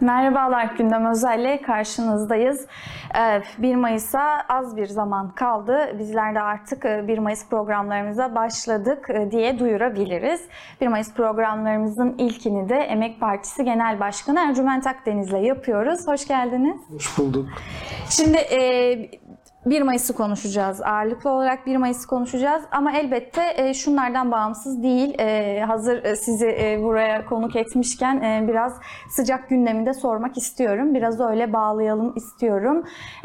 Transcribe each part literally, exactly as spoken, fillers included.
Merhabalar, Gündem Özel'le karşınızdayız. bir Mayıs'a az bir zaman kaldı. Bizler de artık bir Mayıs programlarımıza başladık diye duyurabiliriz. bir Mayıs programlarımızın ilkini de Emek Partisi Genel Başkanı Ercüment Akdeniz'le yapıyoruz. Hoş geldiniz. Hoş bulduk. Şimdi bir Mayıs'ı konuşacağız. Ağırlıklı olarak bir Mayıs'ı konuşacağız. Ama elbette şunlardan bağımsız değil. Hazır sizi buraya konuk etmişken biraz sıcak gündemi de sormak istiyorum. Biraz öyle bağlayalım istiyorum.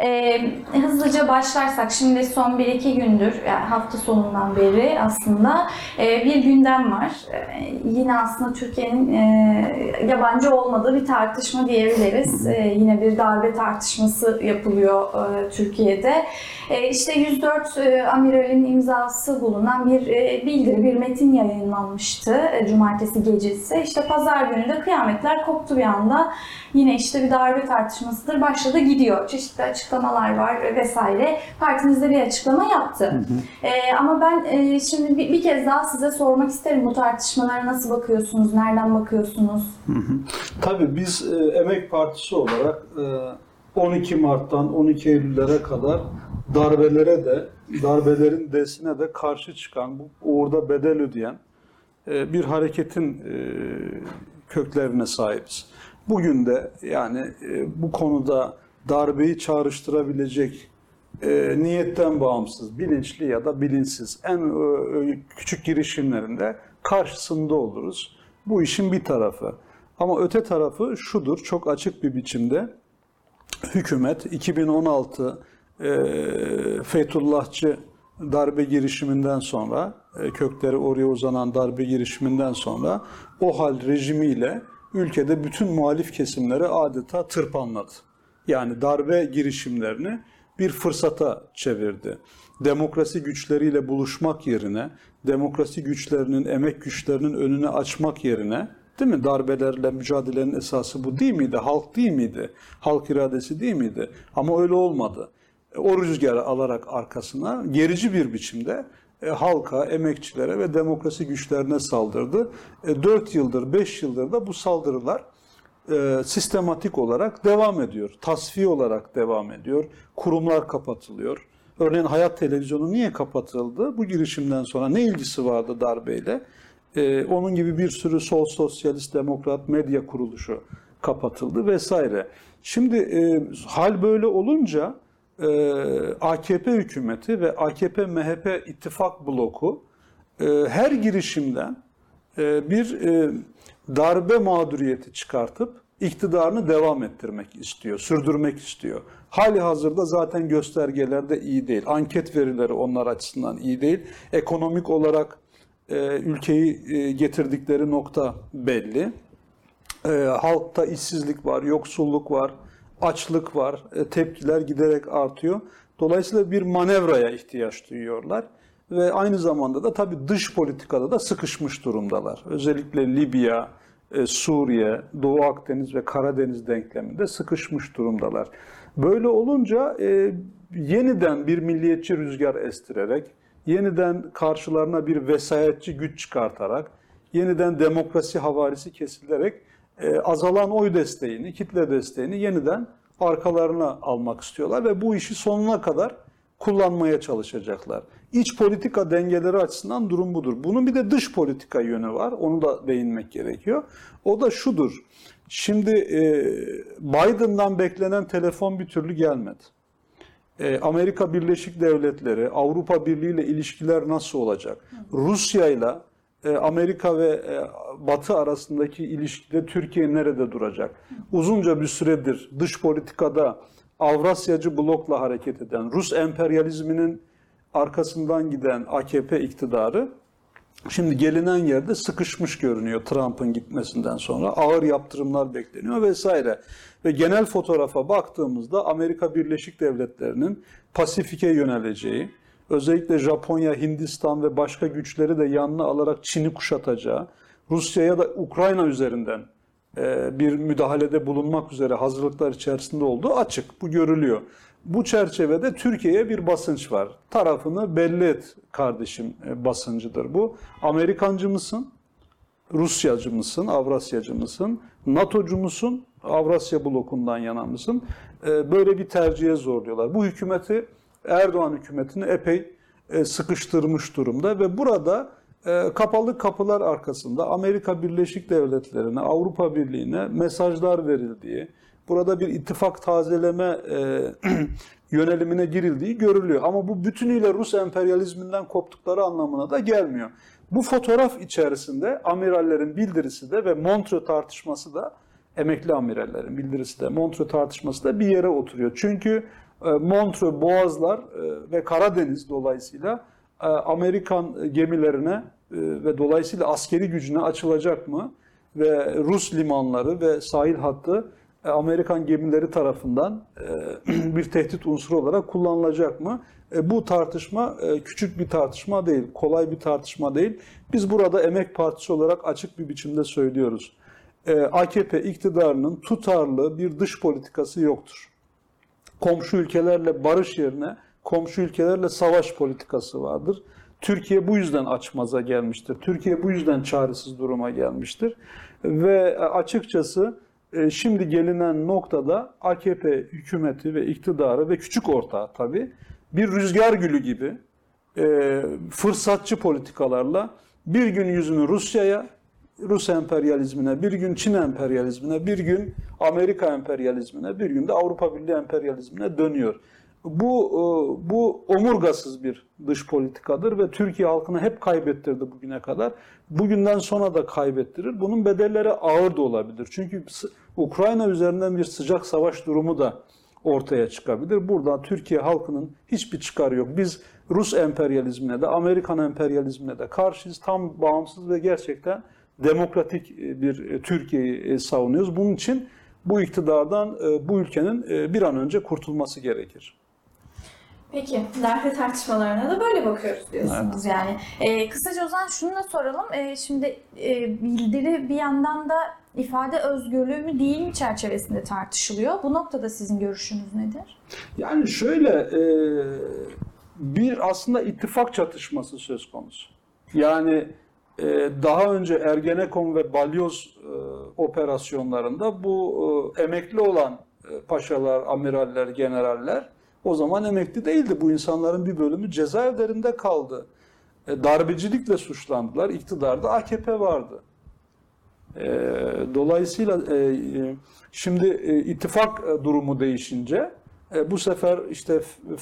Hızlıca başlarsak, şimdi son bir iki gündür, yani hafta sonundan beri aslında bir gündem var. Yine aslında Türkiye'nin yabancı olmadığı bir tartışma diyebiliriz. Yine bir darbe tartışması yapılıyor Türkiye'de. İşte yüz dört amiralin imzası bulunan bir bildiri, bir metin yayınlanmıştı cumartesi gecesi. İşte pazar günü de kıyametler koptu bir anda. Yine işte bir darbe tartışmasıdır, başladı gidiyor. Çeşitli açıklamalar var vesaire. Partiniz de bir açıklama yaptı. Hı hı. Ama ben şimdi bir, bir kez daha size sormak isterim, bu tartışmalara nasıl bakıyorsunuz, nereden bakıyorsunuz? Hı hı. Tabii biz Emek Partisi olarak on iki Mart'tan on iki Eylül'lere kadar darbelere de, darbelerin desine de karşı çıkan, uğurda bedel ödeyen bir hareketin köklerine sahibiz. Bugün de yani bu konuda darbeyi çağrıştırabilecek niyetten bağımsız, bilinçli ya da bilinçsiz en küçük girişimlerinde karşısında oluruz. Bu işin bir tarafı. Ama öte tarafı şudur, çok açık bir biçimde hükümet iki bin on altı e, Fethullahçı darbe girişiminden sonra, e, kökleri oraya uzanan darbe girişiminden sonra o hal rejimiyle ülkede bütün muhalif kesimleri adeta tırpanladı. Yani darbe girişimlerini bir fırsata çevirdi. Demokrasi güçleriyle buluşmak yerine, demokrasi güçlerinin, emek güçlerinin önünü açmak yerine, değil mi? Darbelerle mücadelenin esası bu değil miydi? Halk değil miydi? Halk iradesi değil miydi? Ama öyle olmadı. O rüzgarı alarak arkasına gerici bir biçimde e, halka, emekçilere ve demokrasi güçlerine saldırdı. E, dört yıldır, beş yıldır da bu saldırılar e, sistematik olarak devam ediyor. Tasfiye olarak devam ediyor. Kurumlar kapatılıyor. Örneğin Hayat Televizyonu niye kapatıldı? Bu girişimden sonra ne ilgisi vardı darbeyle? Ee, onun gibi bir sürü sol, sosyalist, demokrat medya kuruluşu kapatıldı vesaire. Şimdi e, hal böyle olunca e, A K P hükümeti ve A K P M H P ittifak bloku e, her girişimden e, bir e, darbe mağduriyeti çıkartıp iktidarını devam ettirmek istiyor, sürdürmek istiyor. Hali hazırda zaten göstergeler de iyi değil. Anket verileri onlar açısından iyi değil. Ekonomik olarak e, ülkeyi e, getirdikleri nokta belli. E, halkta işsizlik var, yoksulluk var, açlık var, e, tepkiler giderek artıyor. Dolayısıyla bir manevraya ihtiyaç duyuyorlar. Ve aynı zamanda da tabii dış politikada da sıkışmış durumdalar. Özellikle Libya, e, Suriye, Doğu Akdeniz ve Karadeniz denkleminde sıkışmış durumdalar. Böyle olunca e, yeniden bir milliyetçi rüzgar estirerek, yeniden karşılarına bir vesayetçi güç çıkartarak, yeniden demokrasi havarisi kesilerek e, azalan oy desteğini, kitle desteğini yeniden arkalarına almak istiyorlar ve bu işi sonuna kadar kullanmaya çalışacaklar. İç politika dengeleri açısından durum budur. Bunun bir de dış politika yönü var. Onu da değinmek gerekiyor. O da şudur. Şimdi e, Biden'dan beklenen telefon bir türlü gelmedi. E, Amerika Birleşik Devletleri, Avrupa Birliği ile ilişkiler nasıl olacak? Rusya ile Amerika ve e, Batı arasındaki ilişkide Türkiye nerede duracak? Uzunca bir süredir dış politikada Avrasyacı blokla hareket eden, Rus emperyalizminin arkasından giden A K P iktidarı şimdi gelinen yerde sıkışmış görünüyor Trump'ın gitmesinden sonra. Ağır yaptırımlar bekleniyor vesaire. Ve genel fotoğrafa baktığımızda Amerika Birleşik Devletleri'nin Pasifik'e yöneleceği, özellikle Japonya, Hindistan ve başka güçleri de yanına alarak Çin'i kuşatacağı, Rusya'ya da Ukrayna üzerinden bir müdahalede bulunmak üzere hazırlıklar içerisinde olduğu açık. Bu görülüyor. Bu çerçevede Türkiye'ye bir basınç var. Tarafını belli et kardeşim basıncıdır bu. Amerikancı mısın? Rusyacı mısın? Avrasyacı mısın? NATO'cu musun? Avrasya blokundan yana mısın? E, böyle bir tercihe zorluyorlar. Bu hükümeti, Erdoğan hükümetini epey e, sıkıştırmış durumda ve burada e, kapalı kapılar arkasında Amerika Birleşik Devletleri'ne, Avrupa Birliği'ne mesajlar verildiği, burada bir ittifak tazeleme e, yönelimine girildiği görülüyor. Ama bu bütünüyle Rus emperyalizminden koptukları anlamına da gelmiyor. Bu fotoğraf içerisinde amirallerin bildirisi de ve Montreux tartışması da, emekli amirallerin bildirisi de, Montreux tartışması da bir yere oturuyor. Çünkü e, Montreux, Boğazlar e, ve Karadeniz dolayısıyla e, Amerikan gemilerine e, ve dolayısıyla askeri gücüne açılacak mı? Ve Rus limanları ve sahil hattı Amerikan gemileri tarafından bir tehdit unsuru olarak kullanılacak mı? Bu tartışma küçük bir tartışma değil, kolay bir tartışma değil. Biz burada Emek Partisi olarak açık bir biçimde söylüyoruz. A K P iktidarının tutarlı bir dış politikası yoktur. Komşu ülkelerle barış yerine komşu ülkelerle savaş politikası vardır. Türkiye bu yüzden açmaza gelmiştir. Türkiye bu yüzden çaresiz duruma gelmiştir. Ve açıkçası şimdi gelinen noktada A K P hükümeti ve iktidarı ve küçük ortağı tabii bir rüzgar gülü gibi e, fırsatçı politikalarla bir gün yüzünü Rusya'ya, Rus emperyalizmine, bir gün Çin emperyalizmine, bir gün Amerika emperyalizmine, bir gün de Avrupa Birliği emperyalizmine dönüyor. Bu bu omurgasız bir dış politikadır ve Türkiye halkını hep kaybettirdi bugüne kadar. Bugünden sonra da kaybettirir. Bunun bedelleri ağır da olabilir. Çünkü Ukrayna üzerinden bir sıcak savaş durumu da ortaya çıkabilir. Burada Türkiye halkının hiçbir çıkarı yok. Biz Rus emperyalizmine de Amerikan emperyalizmine de karşıyız. Tam bağımsız ve gerçekten demokratik bir Türkiye'yi savunuyoruz. Bunun için bu iktidardan bu ülkenin bir an önce kurtulması gerekir. Peki, darbe tartışmalarına da böyle bakıyoruz diyorsunuz evet. Yani. Ee, kısaca o zaman şunu da soralım. Ee, şimdi e, bildiri bir yandan da ifade özgürlüğü mü değil mi çerçevesinde tartışılıyor. Bu noktada sizin görüşünüz nedir? Yani şöyle, e, bir aslında ittifak çatışması söz konusu. Yani e, daha önce Ergenekon ve Balyoz e, operasyonlarında bu e, emekli olan e, paşalar, amiraller, generaller o zaman emekli değildi. Bu insanların bir bölümü cezaevlerinde kaldı. E, darbecilikle suçlandılar. İktidarda A K P vardı. E, dolayısıyla e, şimdi e, ittifak durumu değişince e, bu sefer işte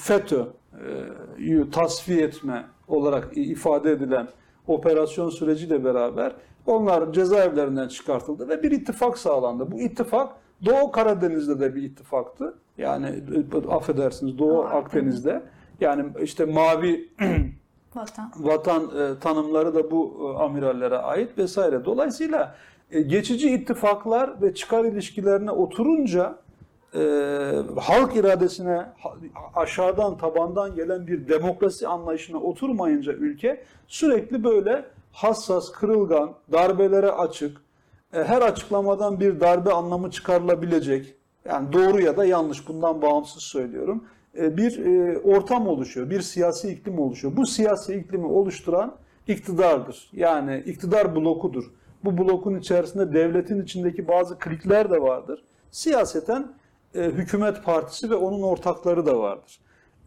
FETÖ'yü tasfiye etme olarak ifade edilen operasyon süreciyle beraber onlar cezaevlerinden çıkartıldı ve bir ittifak sağlandı. Bu ittifak Doğu Karadeniz'de de bir ittifaktı. Yani affedersiniz Doğu Akdeniz'de. Yani işte mavi vatan, vatan e, tanımları da bu e, amirallere ait vesaire. Dolayısıyla e, geçici ittifaklar ve çıkar ilişkilerine oturunca e, halk iradesine aşağıdan tabandan gelen bir demokrasi anlayışına oturmayınca ülke sürekli böyle hassas, kırılgan, darbelere açık, e, her açıklamadan bir darbe anlamı çıkarılabilecek, yani doğru ya da yanlış bundan bağımsız söylüyorum, bir ortam oluşuyor, bir siyasi iklim oluşuyor. Bu siyasi iklimi oluşturan iktidardır. Yani iktidar blokudur. Bu blokun içerisinde devletin içindeki bazı klikler de vardır. Siyaseten hükümet partisi ve onun ortakları da vardır.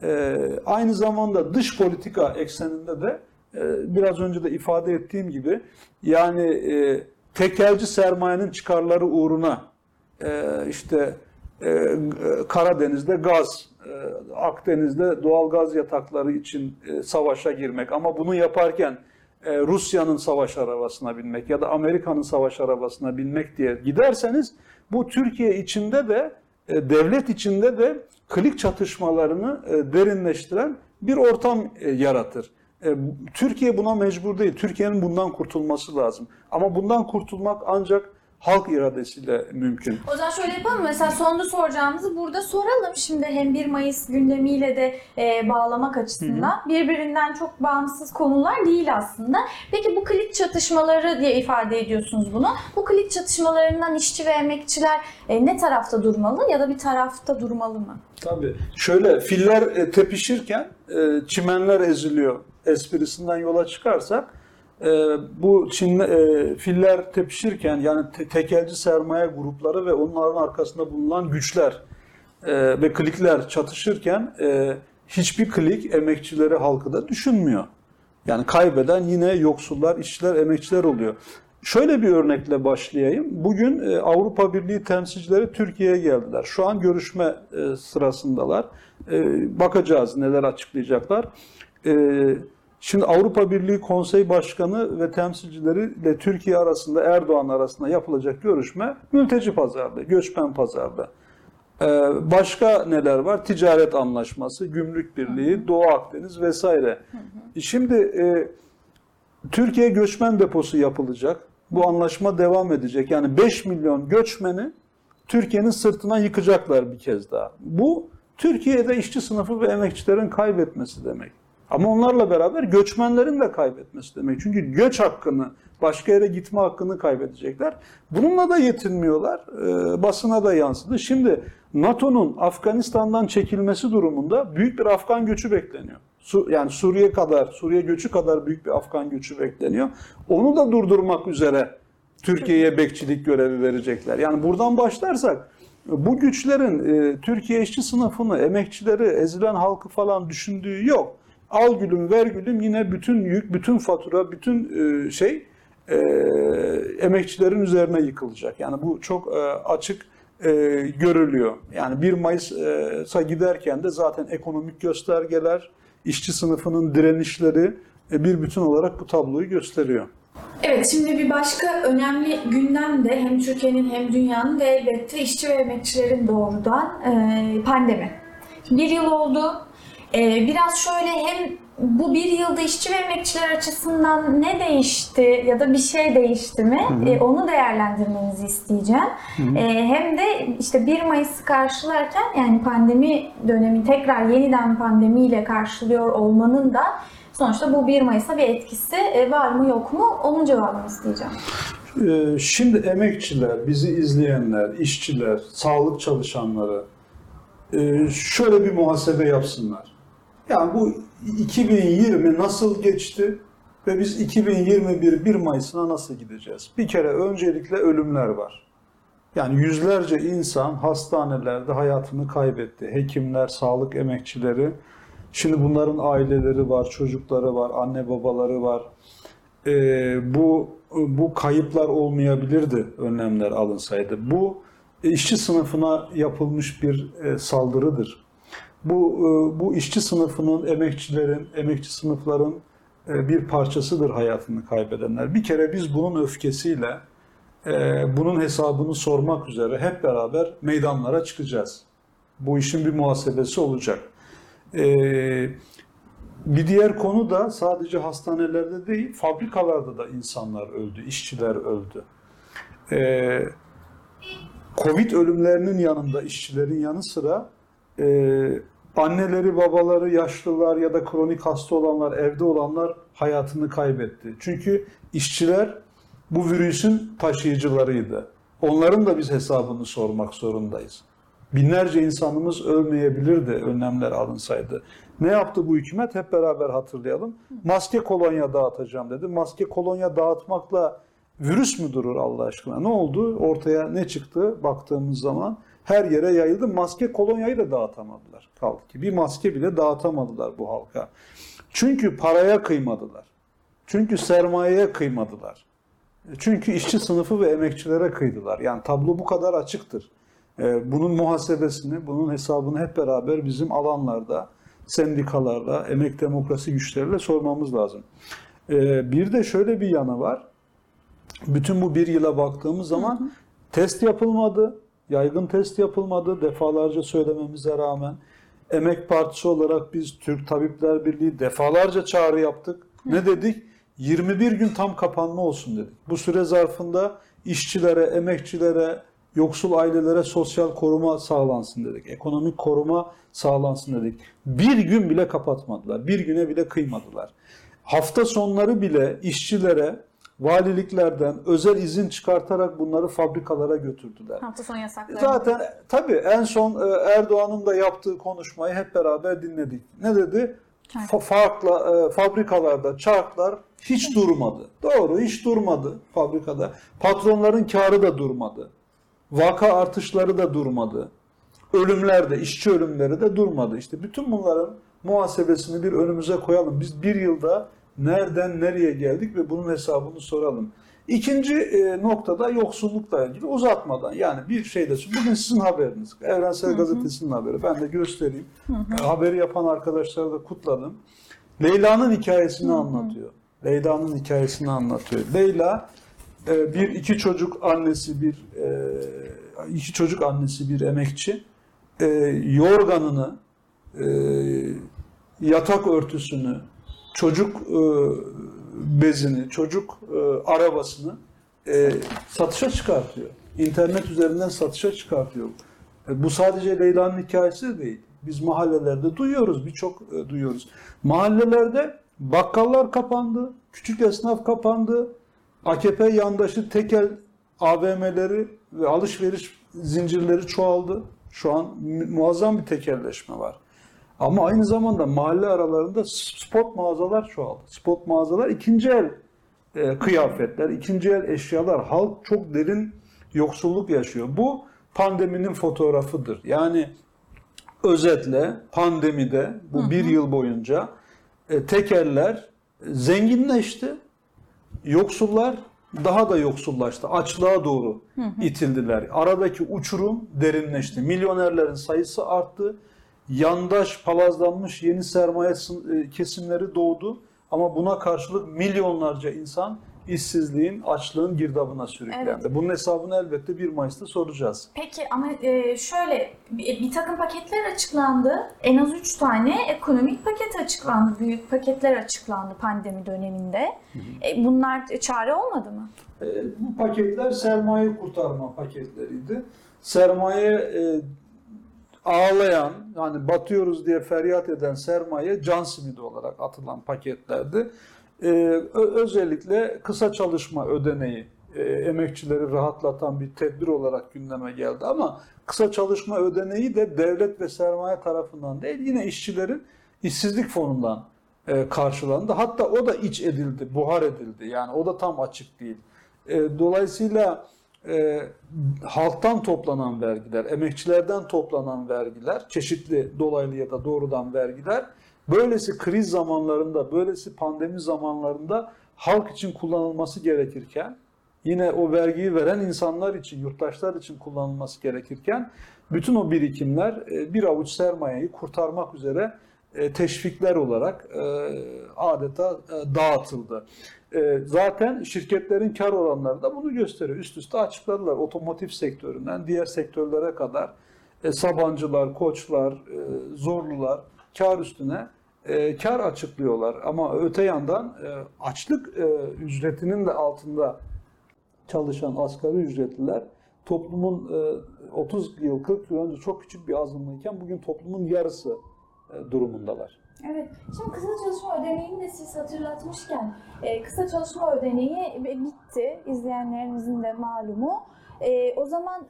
Aynı zamanda dış politika ekseninde de biraz önce de ifade ettiğim gibi yani tekelci sermayenin çıkarları uğruna işte Karadeniz'de gaz, Akdeniz'de doğal gaz yatakları için savaşa girmek ama bunu yaparken Rusya'nın savaş arabasına binmek ya da Amerika'nın savaş arabasına binmek diye giderseniz bu Türkiye içinde de devlet içinde de klik çatışmalarını derinleştiren bir ortam yaratır. Türkiye buna mecbur değil. Türkiye'nin bundan kurtulması lazım. Ama bundan kurtulmak ancak halk iradesiyle mümkün. O zaman şöyle yapalım. Mesela sonunda soracağımızı burada soralım. Şimdi hem bir Mayıs gündemiyle de e, bağlamak açısından. Hı hı. Birbirinden çok bağımsız konular değil aslında. Peki bu klik çatışmaları diye ifade ediyorsunuz bunu. Bu klik çatışmalarından işçi ve emekçiler e, ne tarafta durmalı ya da bir tarafta durmalı mı? Tabii. Şöyle filler e, tepişirken e, çimenler eziliyor esprisinden yola çıkarsak bu Çin e, filler tepişirken yani te- tekelci sermaye grupları ve onların arkasında bulunan güçler e, ve klikler çatışırken e, hiçbir klik emekçileri, halkı da düşünmüyor. Yani kaybeden yine yoksullar, işçiler, emekçiler oluyor. Şöyle bir örnekle başlayayım. Bugün e, Avrupa Birliği temsilcileri Türkiye'ye geldiler. Şu an görüşme e, sırasındalar. E, bakacağız neler açıklayacaklar. E, Şimdi Avrupa Birliği Konsey Başkanı ve temsilcileriyle Türkiye arasında, Erdoğan arasında yapılacak görüşme mülteci pazarlığı, göçmen pazarlığı. Ee, başka neler var? Ticaret anlaşması, gümrük birliği, Doğu Akdeniz vesaire. Şimdi e, Türkiye göçmen deposu yapılacak. Bu anlaşma devam edecek. Yani beş milyon göçmeni Türkiye'nin sırtına yıkacaklar bir kez daha. Bu Türkiye'de işçi sınıfı ve emekçilerin kaybetmesi demek. Ama onlarla beraber göçmenlerin de kaybetmesi demek. Çünkü göç hakkını, başka yere gitme hakkını kaybedecekler. Bununla da yetinmiyorlar. E, basına da yansıdı. Şimdi NATO'nun Afganistan'dan çekilmesi durumunda büyük bir Afgan göçü bekleniyor. Su, yani Suriye kadar, Suriye göçü kadar büyük bir Afgan göçü bekleniyor. Onu da durdurmak üzere Türkiye'ye bekçilik görevi verecekler. Yani buradan başlarsak bu güçlerin e, Türkiye işçi sınıfını, emekçileri, ezilen halkı falan düşündüğü yok. Al gülüm ver gülüm yine bütün yük, bütün fatura, bütün e, şey e, emekçilerin üzerine yıkılacak. Yani bu çok e, açık e, görülüyor. Yani bir Mayıs'a giderken de zaten ekonomik göstergeler, işçi sınıfının direnişleri e, bir bütün olarak bu tabloyu gösteriyor. Evet, şimdi bir başka önemli gündem de hem Türkiye'nin hem dünyanın ve elbette işçi ve emekçilerin doğrudan e, pandemi. Şimdi bir yıl oldu. Biraz şöyle hem bu bir yılda işçi ve emekçiler açısından ne değişti ya da bir şey değişti mi hı hı. onu değerlendirmenizi isteyeceğim. Hı hı. Hem de işte bir Mayıs'ı karşılarken yani pandemi dönemi tekrar yeniden pandemiyle karşılıyor olmanın da sonuçta bu bir Mayıs'a bir etkisi var mı yok mu onun cevabını isteyeceğim. Şimdi emekçiler, bizi izleyenler, işçiler, sağlık çalışanları şöyle bir muhasebe yapsınlar. Yani bu iki bin yirmi nasıl geçti ve biz iki bin yirmi bir bir Mayıs'ına nasıl gideceğiz? Bir kere öncelikle ölümler var. Yani yüzlerce insan hastanelerde hayatını kaybetti. Hekimler, sağlık emekçileri. Şimdi bunların aileleri var, çocukları var, anne babaları var. Ee, bu bu kayıplar olmayabilirdi önlemler alınsaydı. Bu işçi sınıfına yapılmış bir e, saldırıdır. Bu e, bu işçi sınıfının, emekçilerin, emekçi sınıfların e, bir parçasıdır hayatını kaybedenler. Bir kere biz bunun öfkesiyle, e, bunun hesabını sormak üzere hep beraber meydanlara çıkacağız. Bu işin bir muhasebesi olacak. E, bir diğer konu da sadece hastanelerde değil, fabrikalarda da insanlar öldü, işçiler öldü. E, Covid ölümlerinin yanında, işçilerin yanı sıra e, anneleri, babaları, yaşlılar ya da kronik hasta olanlar, evde olanlar hayatını kaybetti. Çünkü işçiler bu virüsün taşıyıcılarıydı. Onların da biz hesabını sormak zorundayız. Binlerce insanımız ölmeyebilirdi önlemler alınsaydı. Ne yaptı bu hükümet? Hep beraber hatırlayalım. Maske kolonya dağıtacağım dedi. Maske kolonya dağıtmakla virüs mü durur Allah aşkına? Ne oldu? Ortaya ne çıktı baktığımız zaman? Her yere yayıldı. Maske kolonyayı da dağıtamadılar. Kaldı ki bir maske bile dağıtamadılar bu halka. Çünkü paraya kıymadılar. Çünkü sermayeye kıymadılar. Çünkü işçi sınıfı ve emekçilere kıydılar. Yani tablo bu kadar açıktır. Bunun muhasebesini, bunun hesabını hep beraber bizim alanlarda, sendikalarla, emek demokrasi güçleriyle sormamız lazım. Bir de şöyle bir yanı var. Bütün bu bir yıla baktığımız zaman hı hı. test yapılmadı, yaygın test yapılmadı defalarca söylememize rağmen. Emek Partisi olarak biz Türk Tabipler Birliği defalarca çağrı yaptık. Hı. Ne dedik? yirmi bir gün tam kapanma olsun dedik. Bu süre zarfında işçilere, emekçilere, yoksul ailelere sosyal koruma sağlansın dedik. Ekonomik koruma sağlansın dedik. Bir gün bile kapatmadılar. Bir güne bile kıymadılar. Hafta sonları bile işçilere valiliklerden özel izin çıkartarak bunları fabrikalara götürdüler. Hafta sonu yasakları. Zaten tabii en son Erdoğan'ın da yaptığı konuşmayı hep beraber dinledik. Ne dedi? fa- farklı e, fabrikalarda çarklar hiç durmadı. Doğru, hiç durmadı fabrikada. Patronların karı da durmadı. Vaka artışları da durmadı. Ölümler de, işçi ölümleri de durmadı. İşte bütün bunların muhasebesini bir önümüze koyalım. Biz bir yılda nereden nereye geldik ve bunun hesabını soralım. İkinci e, noktada yoksullukla ilgili uzatmadan, yani bir şey de, bugün sizin haberiniz, Evrensel hı hı. Gazetesi'nin haberi, ben de göstereyim. Hı hı. Haberi yapan arkadaşları da kutladım. Leyla'nın hikayesini hı hı. anlatıyor. Leyla'nın hikayesini anlatıyor. Leyla e, bir iki çocuk annesi, bir e, iki çocuk annesi, bir emekçi. E, yorganını, e, yatak örtüsünü, çocuk e, bezini, çocuk e, arabasını e, satışa çıkartıyor. İnternet üzerinden satışa çıkartıyor. E, bu sadece Leyla'nın hikayesi de değil. Biz mahallelerde duyuyoruz, birçok e, duyuyoruz. Mahallelerde bakkallar kapandı, küçük esnaf kapandı, A K P yandaşı tekel A V M'leri ve alışveriş zincirleri çoğaldı. Şu an muazzam bir tekelleşme var. Ama aynı zamanda mahalle aralarında spot mağazalar çoğaldı. Spot mağazalar, ikinci el e, kıyafetler, ikinci el eşyalar. Halk çok derin yoksulluk yaşıyor. Bu pandeminin fotoğrafıdır. Yani özetle pandemide bu hı hı. bir yıl boyunca e, tekeller zenginleşti. Yoksullar daha da yoksullaştı. Açlığa doğru hı hı. itildiler. Aradaki uçurum derinleşti. Milyonerlerin sayısı arttı. Yandaş, palazlanmış yeni sermaye kesimleri doğdu. Ama buna karşılık milyonlarca insan işsizliğin, açlığın girdabına sürüklendi. Evet. Bunun hesabını elbette bir Mayıs'ta soracağız. Peki ama şöyle bir, bir takım paketler açıklandı. En az üç tane ekonomik paket açıklandı. Büyük paketler açıklandı pandemi döneminde. Hı hı. Bunlar çare olmadı mı? Bu paketler sermaye kurtarma paketleriydi. Sermaye ağlayan, yani batıyoruz diye feryat eden sermaye can simidi olarak atılan paketlerdi. Ee, özellikle kısa çalışma ödeneği e, emekçileri rahatlatan bir tedbir olarak gündeme geldi. Ama kısa çalışma ödeneği de devlet ve sermaye tarafından değil, yine işçilerin işsizlik fonundan e, karşılandı. Hatta o da iç edildi, buhar edildi. Yani o da tam açık değil. E, dolayısıyla E, halktan toplanan vergiler, emekçilerden toplanan vergiler, çeşitli dolaylı ya da doğrudan vergiler, böylesi kriz zamanlarında, böylesi pandemi zamanlarında halk için kullanılması gerekirken, yine o vergiyi veren insanlar için, yurttaşlar için kullanılması gerekirken, bütün o birikimler e, bir avuç sermayeyi kurtarmak üzere e, teşvikler olarak e, adeta e, dağıtıldı. Zaten şirketlerin kar oranları da bunu gösteriyor. Üst üste açıkladılar. Otomotiv sektöründen diğer sektörlere kadar Sabancılar, Koçlar, Zorlular kar üstüne kar açıklıyorlar. Ama öte yandan açlık ücretinin de altında çalışan asgari ücretliler toplumun otuz yıl, kırk yıl önce çok küçük bir azınlığıyken bugün toplumun yarısı durumundalar. Evet. Şimdi kısa çalışma ödeneğini de siz hatırlatmışken, e, kısa çalışma ödeneği bitti. İzleyenlerimizin de malumu. E, o zaman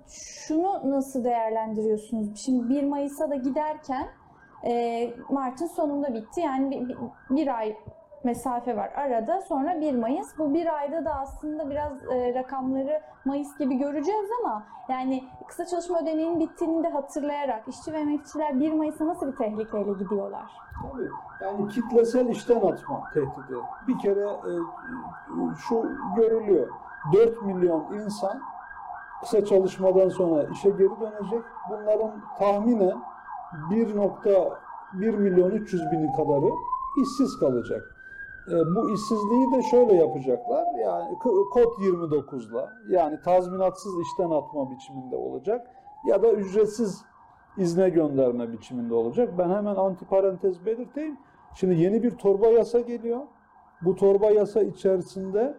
şunu nasıl değerlendiriyorsunuz? Şimdi bir Mayıs'a da giderken e, Mart'ın sonunda bitti. Yani bir, bir, bir ay mesafe var arada. Sonra bir Mayıs. Bu bir ayda da aslında biraz e, rakamları Mayıs gibi göreceğiz ama yani kısa çalışma ödeneğinin bittiğini de hatırlayarak işçi ve emekçiler bir Mayıs'a nasıl bir tehlikeyle gidiyorlar? Tabii. Yani kitlesel işten atma tehdidi. Bir kere e, şu görülüyor. dört milyon insan kısa çalışmadan sonra işe geri dönecek. Bunların tahminen bir nokta bir milyon üç yüz bini kadarı işsiz kalacak. E, bu işsizliği de şöyle yapacaklar. Yani kod yirmi dokuzla, yani tazminatsız işten atma biçiminde olacak ya da ücretsiz izne gönderme biçiminde olacak. Ben hemen antiparantez belirteyim. Şimdi yeni bir torba yasa geliyor. Bu torba yasa içerisinde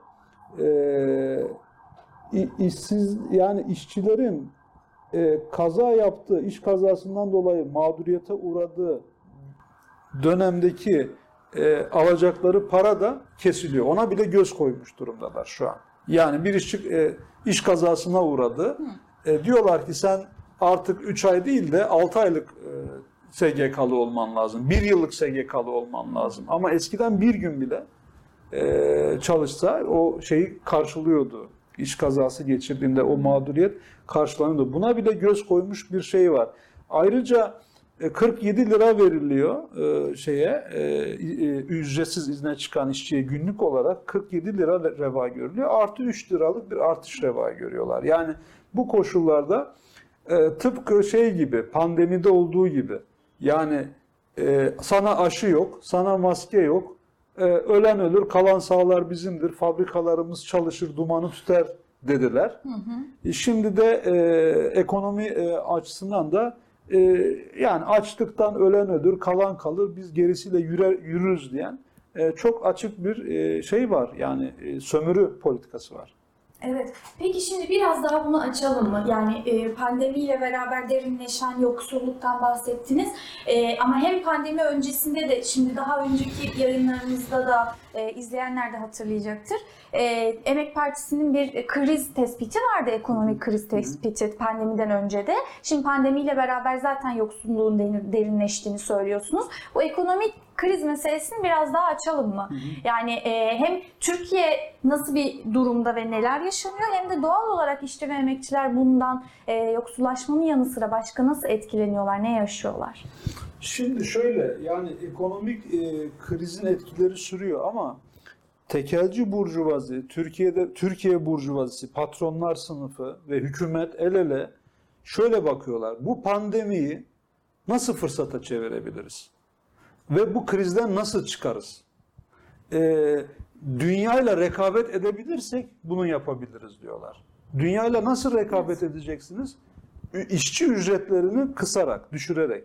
e, işsiz, yani işçilerin e, kaza yaptığı, iş kazasından dolayı mağduriyete uğradığı dönemdeki e, alacakları para da kesiliyor. Ona bile göz koymuş durumdalar şu an. Yani bir işçi e, iş kazasına uğradı. E, diyorlar ki sen artık üç ay değil de altı aylık e, S G K'lı olman lazım. Bir yıllık S G K'lı olman lazım. Ama eskiden bir gün bile e, çalışsa o şeyi karşılıyordu. İş kazası geçirdiğinde o mağduriyet karşılanıyordu. Buna bile göz koymuş bir şey var. Ayrıca kırk yedi lira veriliyor şeye ücretsiz izne çıkan işçiye günlük olarak kırk yedi lira reva görülüyor. Artı üç liralık bir artış reva görüyorlar. Yani bu koşullarda tıpkı şey gibi, pandemide olduğu gibi, yani sana aşı yok, sana maske yok, ölen ölür, kalan sağlar bizimdir, fabrikalarımız çalışır, dumanı tüter dediler. Hı hı. Şimdi de ekonomi açısından da Ee, yani açlıktan ölen ölür, kalan kalır, biz gerisiyle yürür, yürürüz diyen e, çok açık bir e, şey var. Yani e, sömürü politikası var. Evet. Peki şimdi biraz daha bunu açalım mı? Yani e, pandemiyle beraber derinleşen yoksulluktan bahsettiniz. E, ama hem pandemi öncesinde de, şimdi daha önceki yayınlarımızda da e, izleyenler de hatırlayacaktır. E, Emek Partisi'nin bir kriz tespiti vardı, ekonomik kriz tespiti pandemiden önce de. Şimdi pandemiyle beraber zaten yoksulluğun derinleştiğini söylüyorsunuz. Bu ekonomik kriz meselesini biraz daha açalım mı? Hı hı. Yani e, hem Türkiye nasıl bir durumda ve neler yaşanıyor, hem de doğal olarak işçi ve emekçiler bundan e, yoksullaşmanın yanı sıra başka nasıl etkileniyorlar, ne yaşıyorlar? Şimdi şöyle, yani ekonomik e, krizin etkileri sürüyor ama tekelci burjuvazi, Türkiye'de Türkiye burjuvazisi, patronlar sınıfı ve hükümet el ele şöyle bakıyorlar. Bu pandemiyi nasıl fırsata çevirebiliriz? Ve bu krizden nasıl çıkarız? Ee, dünyayla rekabet edebilirsek bunu yapabiliriz diyorlar. Dünyayla nasıl rekabet edeceksiniz? İşçi ücretlerini kısarak, düşürerek.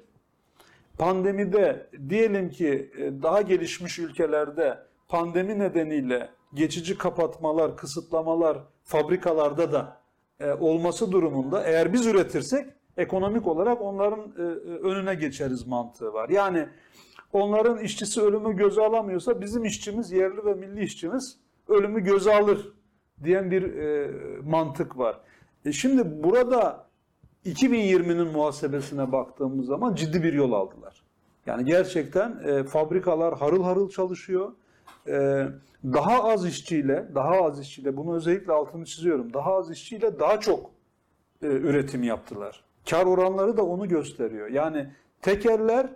Pandemide diyelim ki daha gelişmiş ülkelerde pandemi nedeniyle geçici kapatmalar, kısıtlamalar fabrikalarda da e, olması durumunda eğer biz üretirsek ekonomik olarak onların e, önüne geçeriz mantığı var. Yani onların işçisi ölümü göze alamıyorsa bizim işçimiz, yerli ve milli işçimiz ölümü göze alır diyen bir e, mantık var. E şimdi burada iki bin yirminin muhasebesine baktığımız zaman ciddi bir yol aldılar. Yani gerçekten e, fabrikalar harıl harıl çalışıyor. E, daha az işçiyle, daha az işçiyle, bunu özellikle altını çiziyorum, daha az işçiyle daha çok e, üretim yaptılar. Kar oranları da onu gösteriyor. Yani tekeller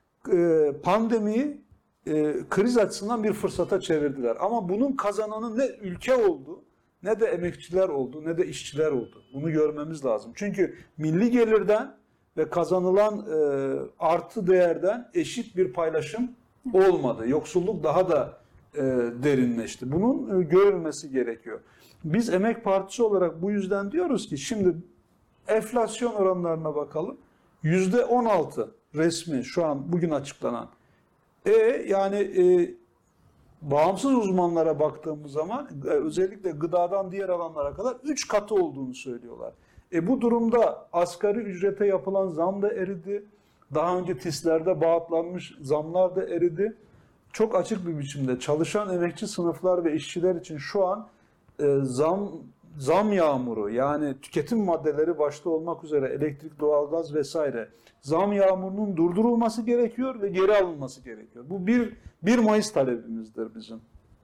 e, pandemiyi e, kriz açısından bir fırsata çevirdiler. Ama bunun kazananı ne ülke oldu, ne de emekçiler oldu, ne de işçiler oldu. Bunu görmemiz lazım. Çünkü milli gelirden ve kazanılan e, artı değerden eşit bir paylaşım olmadı. Yoksulluk daha da e, derinleşti. Bunun e, görülmesi gerekiyor. Biz Emek Partisi olarak bu yüzden diyoruz ki şimdi enflasyon oranlarına bakalım. yüzde on altı resmi şu an bugün açıklanan. E yani e, bağımsız uzmanlara baktığımız zaman özellikle gıdadan diğer alanlara kadar üç katı olduğunu söylüyorlar. E bu durumda asgari ücrete yapılan zam da eridi. Daha önce TİS'lerde bağıtlanmış zamlar da eridi. Çok açık bir biçimde çalışan emekçi sınıflar ve işçiler için şu an e, zam zam yağmuru, yani tüketim maddeleri başta olmak üzere elektrik, doğalgaz vesaire zam yağmurunun durdurulması gerekiyor ve geri alınması gerekiyor. Bu bir, bir Mayıs talebimizdir bizim.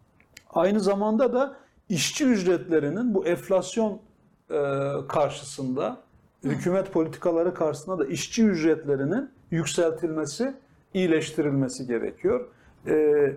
Aynı zamanda da işçi ücretlerinin bu enflasyon e, karşısında, hükümet politikaları karşısında da işçi ücretlerinin yükseltilmesi, iyileştirilmesi gerekiyor. E,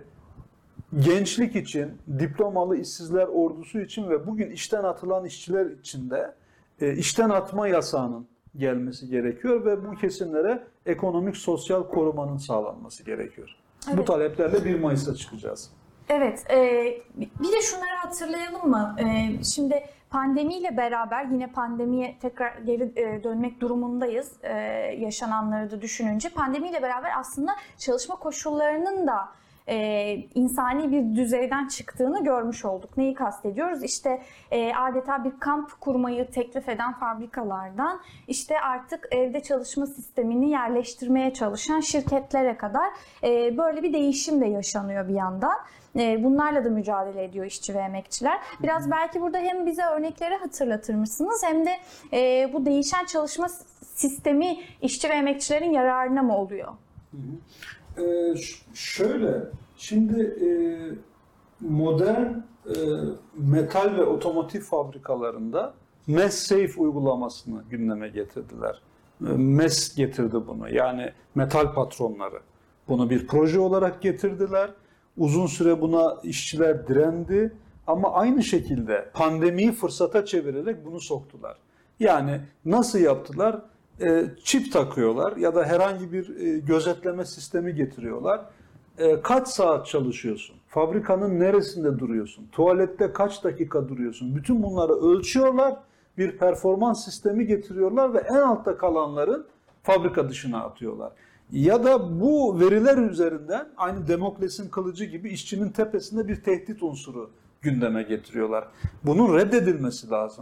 gençlik için, diplomalı işsizler ordusu için ve bugün işten atılan işçiler için de e, işten atma yasağının gelmesi gerekiyor ve bu kesimlere ekonomik, sosyal korumanın sağlanması gerekiyor. Evet. Bu taleplerle bir Mayıs'a çıkacağız. Evet, e, bir de şunları hatırlayalım mı? E, şimdi pandemiyle beraber yine pandemiye tekrar geri e, dönmek durumundayız e, yaşananları da düşününce. Pandemiyle beraber aslında çalışma koşullarının da e, insani bir düzeyden çıktığını görmüş olduk. Neyi kastediyoruz? İşte e, adeta bir kamp kurmayı teklif eden fabrikalardan işte artık evde çalışma sistemini yerleştirmeye çalışan şirketlere kadar e, böyle bir değişim de yaşanıyor bir yandan. Bunlarla da mücadele ediyor işçi ve emekçiler. Biraz belki burada hem bize örnekleri hatırlatır mısınız hem de bu değişen çalışma sistemi işçi ve emekçilerin yararına mı oluyor? Hı hı. Ee, şöyle, şimdi e, modern e, metal ve otomotiv fabrikalarında mass safe uygulamasını gündeme getirdiler. E, MES getirdi bunu, yani metal patronları. Bunu bir proje olarak getirdiler. Uzun süre buna işçiler direndi. Ama aynı şekilde pandemiyi fırsata çevirerek bunu soktular. Yani nasıl yaptılar? E, çip takıyorlar ya da herhangi bir e, gözetleme sistemi getiriyorlar. E, kaç saat çalışıyorsun? Fabrikanın neresinde duruyorsun? Tuvalette kaç dakika duruyorsun? Bütün bunları ölçüyorlar. Bir performans sistemi getiriyorlar ve en altta kalanların fabrika dışına atıyorlar. Ya da bu veriler üzerinden aynı Demokles'in kılıcı gibi işçinin tepesinde bir tehdit unsuru gündeme getiriyorlar. Bunun reddedilmesi lazım.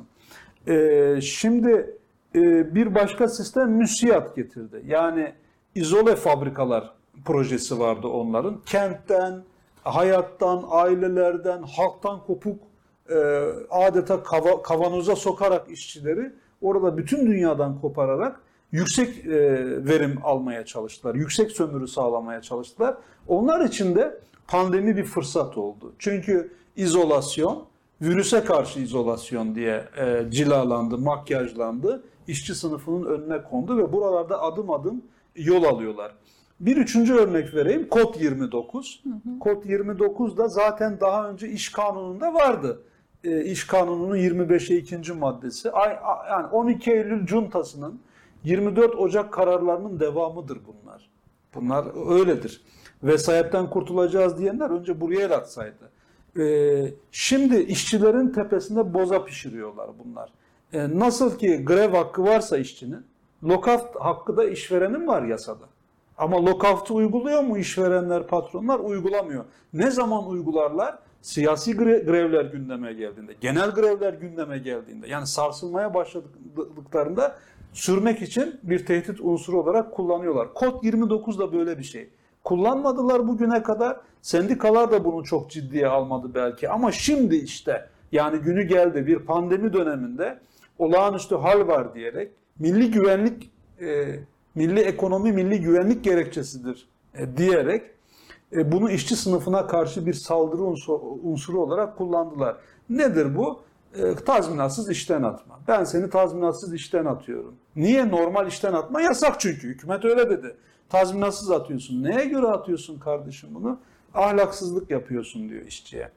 Ee, şimdi e, bir başka sistem müsiyat getirdi. Yani izole fabrikalar projesi vardı onların. Kentten, hayattan, ailelerden, halktan kopuk e, adeta kava, kavanoza sokarak işçileri orada bütün dünyadan kopararak yüksek e, verim almaya çalıştılar. Yüksek sömürü sağlamaya çalıştılar. Onlar için de pandemi bir fırsat oldu. Çünkü izolasyon, virüse karşı izolasyon diye e, cilalandı, makyajlandı. İşçi sınıfının önüne kondu ve buralarda adım adım yol alıyorlar. Bir üçüncü örnek vereyim. Kod yirmi dokuz. Hı hı. Kod yirmi dokuz da zaten daha önce iş kanununda vardı. E, iş kanununun yirmi beşe ikinci maddesi. Ay, yani on iki Eylül Cuntası'nın yirmi dört Ocak kararlarının devamıdır bunlar. Bunlar öyledir. Vesayetten kurtulacağız diyenler önce buraya el atsaydı. Ee, şimdi işçilerin tepesinde boza pişiriyorlar bunlar. Ee, nasıl ki grev hakkı varsa işçinin, lockout hakkı da işverenin var yasada. Ama lockout'u uyguluyor mu işverenler, patronlar? Uygulamıyor. Ne zaman uygularlar? Siyasi grevler gündeme geldiğinde, genel grevler gündeme geldiğinde, yani sarsılmaya başladıklarında sürmek için bir tehdit unsuru olarak kullanıyorlar. Kod yirmi dokuz da böyle bir şey. Kullanmadılar bugüne kadar. Sendikalar da bunu çok ciddiye almadı belki. Ama şimdi işte yani günü geldi, bir pandemi döneminde olağanüstü hal var diyerek milli güvenlik, e, milli ekonomi, milli güvenlik gerekçesidir e, diyerek e, bunu işçi sınıfına karşı bir saldırı unsuru, unsuru olarak kullandılar. Nedir bu? E, tazminatsız işten atma. Ben seni tazminatsız işten atıyorum. Niye? Normal işten atma yasak çünkü. Hükümet öyle dedi. Tazminatsız atıyorsun. Neye göre atıyorsun kardeşim bunu? Ahlaksızlık yapıyorsun diyor işçiye.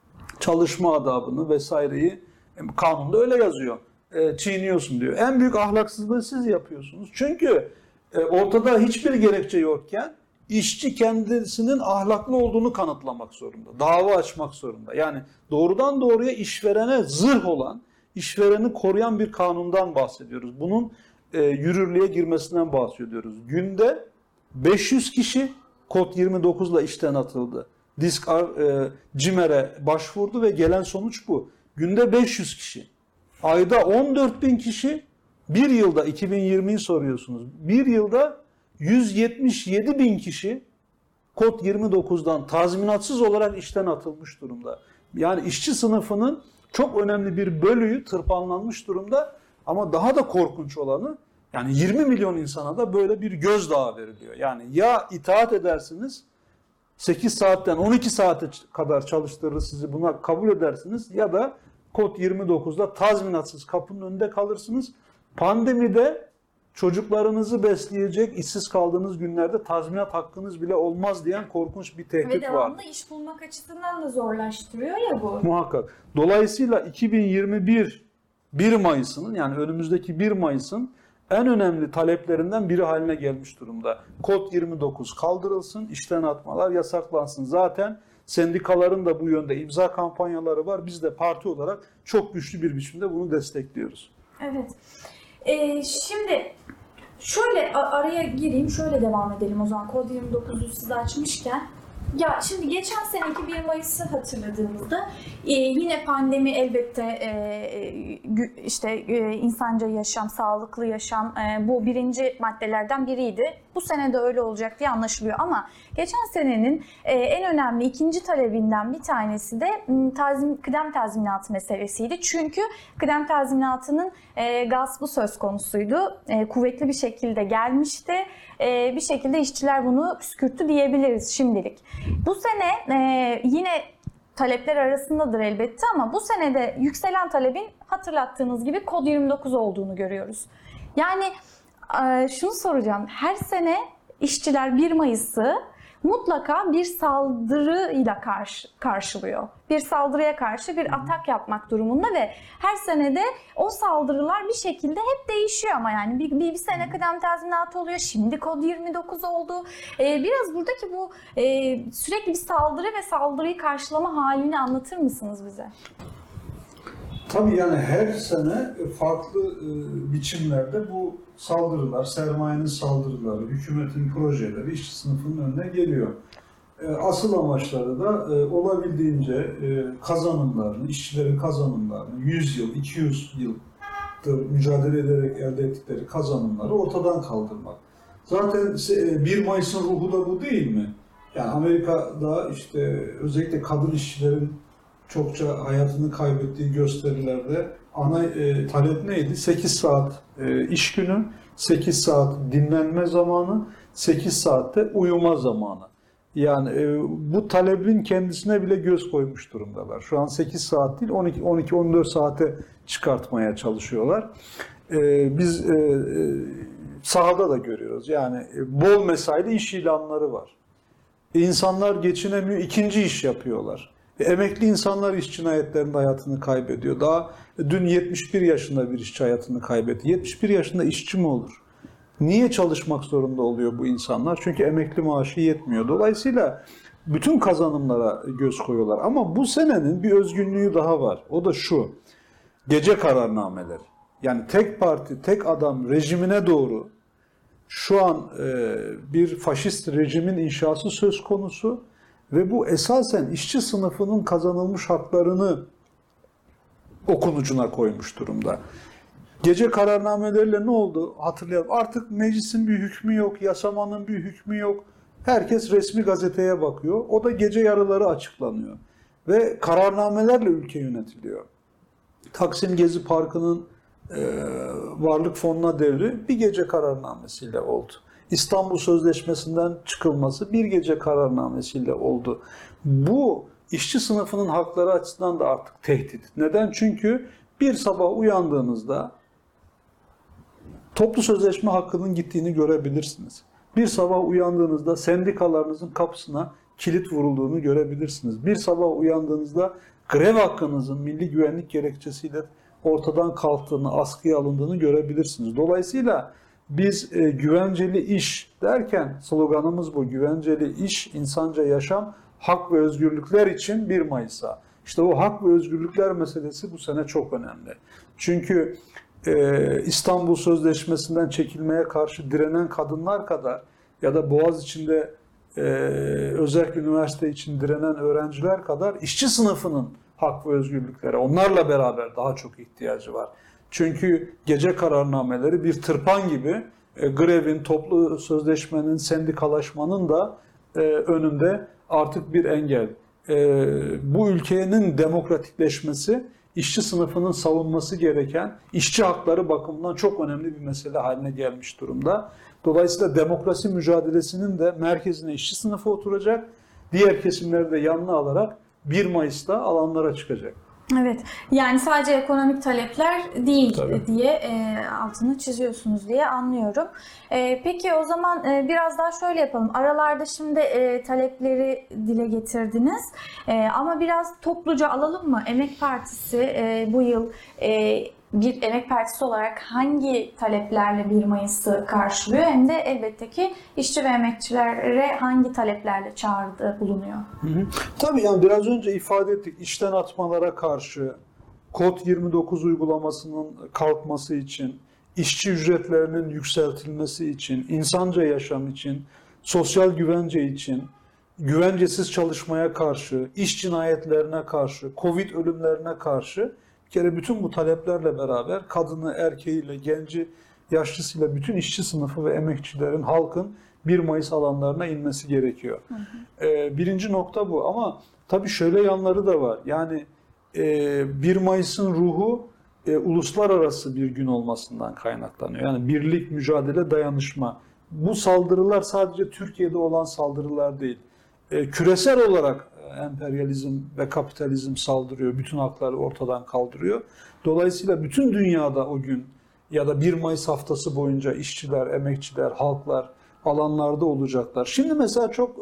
Çalışma adabını vesaireyi kanunda öyle yazıyor. E, çiğniyorsun diyor. En büyük ahlaksızlığı siz yapıyorsunuz. Çünkü e, ortada hiçbir gerekçe yokken işçi kendisinin ahlaklı olduğunu kanıtlamak zorunda. Dava açmak zorunda. Yani doğrudan doğruya işverene zırh olan, işvereni koruyan bir kanundan bahsediyoruz. Bunun e, yürürlüğe girmesinden bahsediyoruz. Günde beş yüz kişi kod yirmi dokuzla işten atıldı. Disk e, CİMER'e başvurdu ve gelen sonuç bu. Günde beş yüz kişi. Ayda on dört bin kişi, bir yılda iki bin yirmiyi soruyorsunuz. Bir yılda yüz yetmiş yedi bin kişi kod yirmi dokuzdan tazminatsız olarak işten atılmış durumda. Yani işçi sınıfının çok önemli bir bölüğü tırpanlanmış durumda ama daha da korkunç olanı yani yirmi milyon insana da böyle bir gözdağı veriliyor. Yani ya itaat edersiniz, sekiz saatten on iki saate kadar çalıştırır sizi, buna kabul edersiniz ya da kod yirmi dokuzda tazminatsız kapının önünde kalırsınız. Pandemide çocuklarınızı besleyecek, işsiz kaldığınız günlerde tazminat hakkınız bile olmaz diyen korkunç bir tehdit var. Ve devamlı var. İş bulmak açısından da zorlaştırıyor ya bu. Muhakkak. Dolayısıyla iki bin yirmi bir bir Mayıs'ının yani önümüzdeki bir Mayıs'ın en önemli taleplerinden biri haline gelmiş durumda. Kod yirmi dokuz kaldırılsın, işten atmalar yasaklansın. Zaten sendikaların da bu yönde imza kampanyaları var. Biz de parti olarak çok güçlü bir biçimde bunu destekliyoruz. Evet. Ee, şimdi şöyle araya gireyim, şöyle devam edelim o zaman. Kod yirmi dokuzu siz açmışken. Ya şimdi geçen seneki bir Mayıs'ı hatırladığımızda e, yine pandemi elbette e, gü- işte e, insanca yaşam, sağlıklı yaşam e, bu birinci maddelerden biriydi. Bu sene de öyle olacak diye anlaşılıyor ama geçen senenin e, en önemli ikinci talebinden bir tanesi de m, tazim, kıdem tazminatı meselesiydi. Çünkü kıdem tazminatının e, gaspı söz konusuydu. E, kuvvetli bir şekilde gelmişti. E, bir şekilde işçiler bunu püskürttü diyebiliriz şimdilik. Bu sene e, yine talepler arasındadır elbette ama bu senede yükselen talebin hatırlattığınız gibi kod yirmi dokuz olduğunu görüyoruz. Yani e, şunu soracağım, her sene işçiler bir Mayıs'ı mutlaka bir saldırıyla karşı, karşılıyor. Bir saldırıya karşı bir atak yapmak durumunda ve her senede o saldırılar bir şekilde hep değişiyor ama yani bir, bir, bir sene kıdem tazminatı oluyor, şimdi kod yirmi dokuz oldu. Ee, biraz buradaki bu e, sürekli bir saldırı ve saldırıyı karşılama halini anlatır mısınız bize? Tabii yani her sene farklı e, biçimlerde bu saldırılar, sermayenin saldırıları, hükümetin projeleri işçi sınıfının önüne geliyor. E, asıl amaçları da e, olabildiğince e, kazanımlarını, işçilerin kazanımlarını yüz yıl, iki yüz yıldır mücadele ederek elde ettikleri kazanımları ortadan kaldırmak. Zaten e, bir Mayıs'ın ruhu da bu değil mi? Yani Amerika'da işte özellikle kadın işçilerin çokça hayatını kaybettiği gösterilerde ana e, talep neydi? sekiz saat e, iş günü, sekiz saat dinlenme zamanı, sekiz saatte uyuma zamanı. Yani e, bu talebin kendisine bile göz koymuş durumdalar. Şu an sekiz saat değil, on iki on iki on dört saate çıkartmaya çalışıyorlar. E, biz e, e, sahada da görüyoruz. Yani e, bol mesaili iş ilanları var. E, insanlar geçinemiyor, ikinci iş yapıyorlar. Emekli insanlar iş cinayetlerinde hayatını kaybediyor. Daha dün yetmiş bir yaşında bir işçi hayatını kaybetti. yetmiş bir yaşında işçi mi olur? Niye çalışmak zorunda oluyor bu insanlar? Çünkü emekli maaşı yetmiyor. Dolayısıyla bütün kazanımlara göz koyuyorlar. Ama bu senenin bir özgünlüğü daha var. O da şu: gece kararnameleri. Yani tek parti, tek adam rejimine doğru şu an e, bir faşist rejimin inşası söz konusu. Ve bu esasen işçi sınıfının kazanılmış haklarını okunucuna koymuş durumda. Gece kararnameleriyle ne oldu hatırlayalım. Artık meclisin bir hükmü yok, yasamanın bir hükmü yok. Herkes resmi gazeteye bakıyor. O da gece yarıları açıklanıyor. Ve kararnamelerle ülke yönetiliyor. Taksim Gezi Parkı'nın e, varlık fonuna devri bir gece kararnamesiyle oldu. İstanbul Sözleşmesi'nden çıkılması bir gece kararnamesiyle oldu. Bu işçi sınıfının hakları açısından da artık tehdit. Neden? Çünkü bir sabah uyandığınızda toplu sözleşme hakkının gittiğini görebilirsiniz. Bir sabah uyandığınızda sendikalarınızın kapısına kilit vurulduğunu görebilirsiniz. Bir sabah uyandığınızda grev hakkınızın milli güvenlik gerekçesiyle ortadan kalktığını, askıya alındığını görebilirsiniz. Dolayısıyla biz e, güvenceli iş derken sloganımız bu. Güvenceli iş, insanca yaşam, hak ve özgürlükler için bir Mayıs'a. İşte o hak ve özgürlükler meselesi bu sene çok önemli. Çünkü e, İstanbul Sözleşmesi'nden çekilmeye karşı direnen kadınlar kadar ya da Boğaziçi'nde e, özel üniversite için direnen öğrenciler kadar işçi sınıfının hak ve özgürlüklere onlarla beraber daha çok ihtiyacı var. Çünkü gece kararnameleri bir tırpan gibi e, grevin, toplu sözleşmenin, sendikalaşmanın da e, önünde artık bir engel. E, bu ülkenin demokratikleşmesi, işçi sınıfının savunması gereken işçi hakları bakımından çok önemli bir mesele haline gelmiş durumda. Dolayısıyla demokrasi mücadelesinin de merkezine işçi sınıfı oturacak, diğer kesimleri de yanına alarak bir Mayıs'ta alanlara çıkacak. Evet, yani sadece ekonomik talepler değil Tabii. diye e, altını çiziyorsunuz diye anlıyorum. E, peki o zaman e, biraz daha şöyle yapalım. Aralarda şimdi e, talepleri dile getirdiniz e, ama biraz topluca alalım mı? Emek Partisi e, bu yıl e, bir Emek Partisi olarak hangi taleplerle bir Mayıs'ı karşılıyor? Hem de elbette ki işçi ve emekçilere hangi taleplerle çağrıda bulunuyor? Hı hı. Tabii yani biraz önce ifade ettik, işten atmalara karşı, kod yirmi dokuz uygulamasının kalkması için, işçi ücretlerinin yükseltilmesi için, insanca yaşam için, sosyal güvence için, güvencesiz çalışmaya karşı, iş cinayetlerine karşı, Covid ölümlerine karşı bir kere bütün bu taleplerle beraber kadını, erkeğiyle, genci, yaşlısıyla bütün işçi sınıfı ve emekçilerin, halkın bir Mayıs alanlarına inmesi gerekiyor. Hı hı. Ee, birinci nokta bu ama tabii şöyle yanları da var. Yani e, bir Mayıs'ın ruhu e, uluslararası bir gün olmasından kaynaklanıyor. Yani birlik, mücadele, dayanışma. Bu saldırılar sadece Türkiye'de olan saldırılar değil. E, küresel olarak emperyalizm ve kapitalizm saldırıyor. Bütün hakları ortadan kaldırıyor. Dolayısıyla bütün dünyada o gün ya da bir Mayıs haftası boyunca işçiler, emekçiler, halklar alanlarda olacaklar. Şimdi mesela çok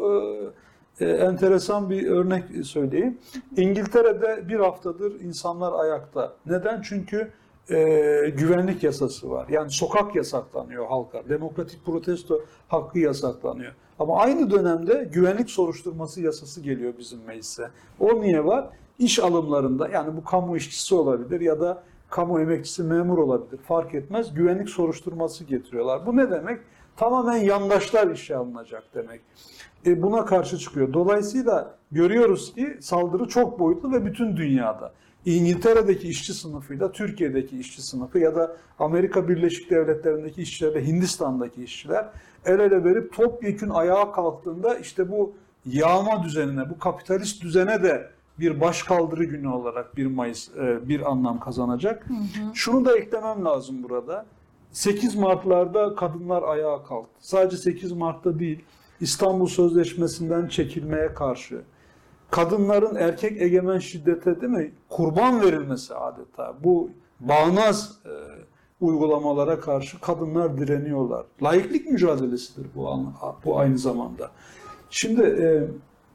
e, e, enteresan bir örnek söyleyeyim. İngiltere'de bir haftadır insanlar ayakta. Neden? Çünkü e, güvenlik yasası var. Yani sokak yasaklanıyor halka. Demokratik protesto hakkı yasaklanıyor. Ama aynı dönemde güvenlik soruşturması yasası geliyor bizim meclise. O niye var? İş alımlarında, yani bu kamu işçisi olabilir ya da kamu emekçisi memur olabilir. Fark etmez. Güvenlik soruşturması getiriyorlar. Bu ne demek? Tamamen yandaşlar işe alınacak demek. E buna karşı çıkıyor. Dolayısıyla görüyoruz ki saldırı çok boyutlu ve bütün dünyada. İngiltere'deki işçi sınıfıyla Türkiye'deki işçi sınıfı ya da Amerika Birleşik Devletleri'ndeki işçilerle Hindistan'daki işçiler el ele verip topyekün ayağa kalktığında işte bu yağma düzenine, bu kapitalist düzene de bir başkaldırı günü olarak bir Mayıs bir anlam kazanacak. Hı hı. Şunu da eklemem lazım burada. sekiz Mart'larda kadınlar ayağa kalktı. Sadece sekiz Mart'ta değil, İstanbul Sözleşmesi'nden çekilmeye karşı, kadınların erkek egemen şiddete değil mi kurban verilmesi adeta. Bu bağnaz e, uygulamalara karşı kadınlar direniyorlar. Laiklik mücadelesidir bu, bu aynı zamanda. Şimdi e,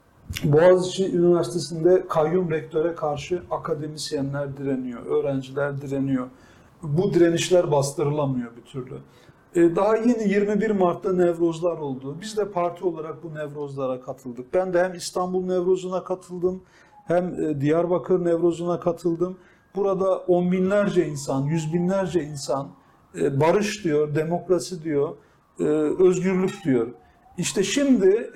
Boğaziçi Üniversitesi'nde kayyum rektöre karşı akademisyenler direniyor, öğrenciler direniyor. Bu direnişler bastırılamıyor bir türlü. Daha yeni yirmi bir Mart'ta Nevrozlar oldu. Biz de parti olarak bu Nevrozlara katıldık. Ben de hem İstanbul Nevroz'una katıldım, hem Diyarbakır Nevroz'una katıldım. Burada on binlerce insan, yüz binlerce insan barış diyor, demokrasi diyor, özgürlük diyor. İşte şimdi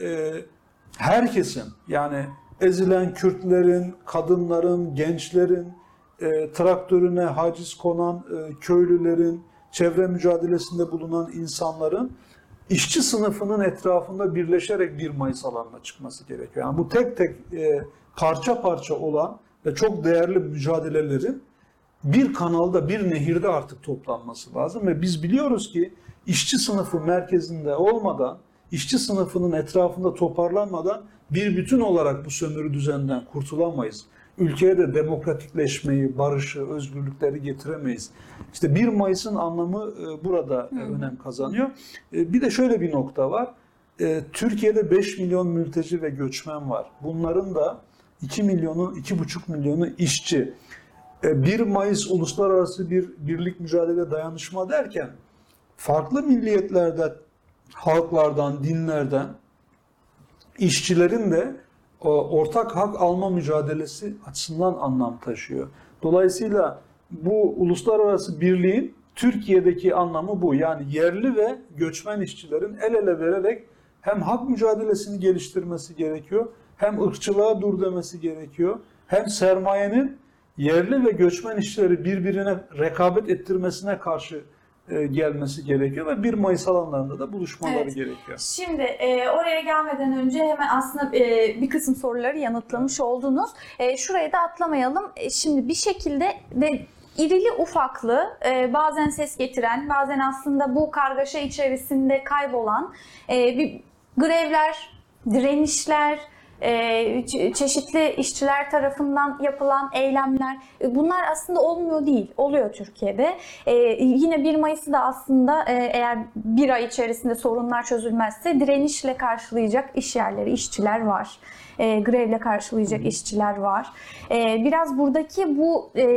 herkesin, yani ezilen Kürtlerin, kadınların, gençlerin, E, traktörüne haciz konan e, köylülerin, çevre mücadelesinde bulunan insanların işçi sınıfının etrafında birleşerek bir Mayıs alanına çıkması gerekiyor. Yani bu tek tek e, parça parça olan ve çok değerli mücadelelerin bir kanalda, bir nehirde artık toplanması lazım ve biz biliyoruz ki işçi sınıfı merkezinde olmadan, işçi sınıfının etrafında toparlanmadan bir bütün olarak bu sömürü düzenden kurtulamayız. Ülkeye de demokratikleşmeyi, barışı, özgürlükleri getiremeyiz. İşte bir Mayıs'ın anlamı burada hmm. önem kazanıyor. Bir de şöyle bir nokta var. Türkiye'de beş milyon mülteci ve göçmen var. Bunların da iki milyonu, iki buçuk milyonu işçi. bir Mayıs uluslararası bir birlik, mücadele, dayanışma derken farklı milliyetlerden, halklardan, dinlerden işçilerin de ortak hak alma mücadelesi açısından anlam taşıyor. Dolayısıyla bu uluslararası birliğin Türkiye'deki anlamı bu. Yani yerli ve göçmen işçilerin el ele vererek hem hak mücadelesini geliştirmesi gerekiyor, hem ırkçılığa dur demesi gerekiyor, hem sermayenin yerli ve göçmen işçileri birbirine rekabet ettirmesine karşı gelmesi gerekiyor ve bir Mayıs alanlarında da buluşmaları evet. gerekiyor. Şimdi e, oraya gelmeden önce hemen aslında e, bir kısım soruları yanıtlamış oldunuz. E, şurayı da atlamayalım. E, şimdi bir şekilde de irili ufaklı, e, bazen ses getiren, bazen aslında bu kargaşa içerisinde kaybolan e, bir grevler, direnişler, Ee, çeşitli işçiler tarafından yapılan eylemler, bunlar aslında olmuyor değil, oluyor Türkiye'de. Ee, yine bir Mayıs'ı da aslında e, eğer bir ay içerisinde sorunlar çözülmezse direnişle karşılayacak iş yerleri, işçiler var. E, grevle karşılayacak işçiler var. E, biraz buradaki bu e,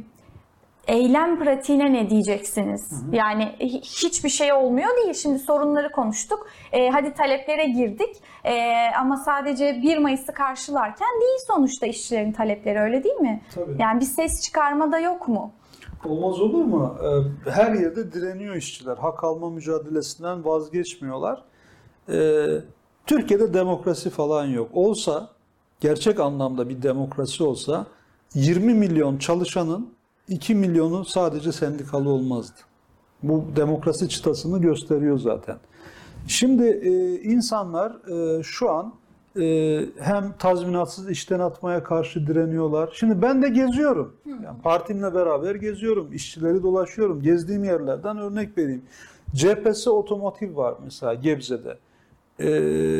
eylem pratiğine ne diyeceksiniz? Hı hı. Yani hiçbir şey olmuyor değil. Şimdi sorunları konuştuk. E, hadi taleplere girdik. E, ama sadece bir Mayıs'ı karşılarken değil sonuçta işçilerin talepleri, öyle değil mi? Tabii. Yani bir ses çıkarma da yok mu? Olmaz olur mu? Her yerde direniyor işçiler. Hak alma mücadelesinden vazgeçmiyorlar. Türkiye'de demokrasi falan yok. Olsa, gerçek anlamda bir demokrasi olsa yirmi milyon çalışanın iki milyonu sadece sendikalı olmazdı. Bu demokrasi çıtasını gösteriyor zaten. Şimdi e, insanlar e, şu an e, hem tazminatsız işten atmaya karşı direniyorlar. Şimdi ben de geziyorum. Yani partimle beraber geziyorum. İşçileri dolaşıyorum. Gezdiğim yerlerden örnek vereyim. C P S Otomotiv var mesela Gebze'de. E,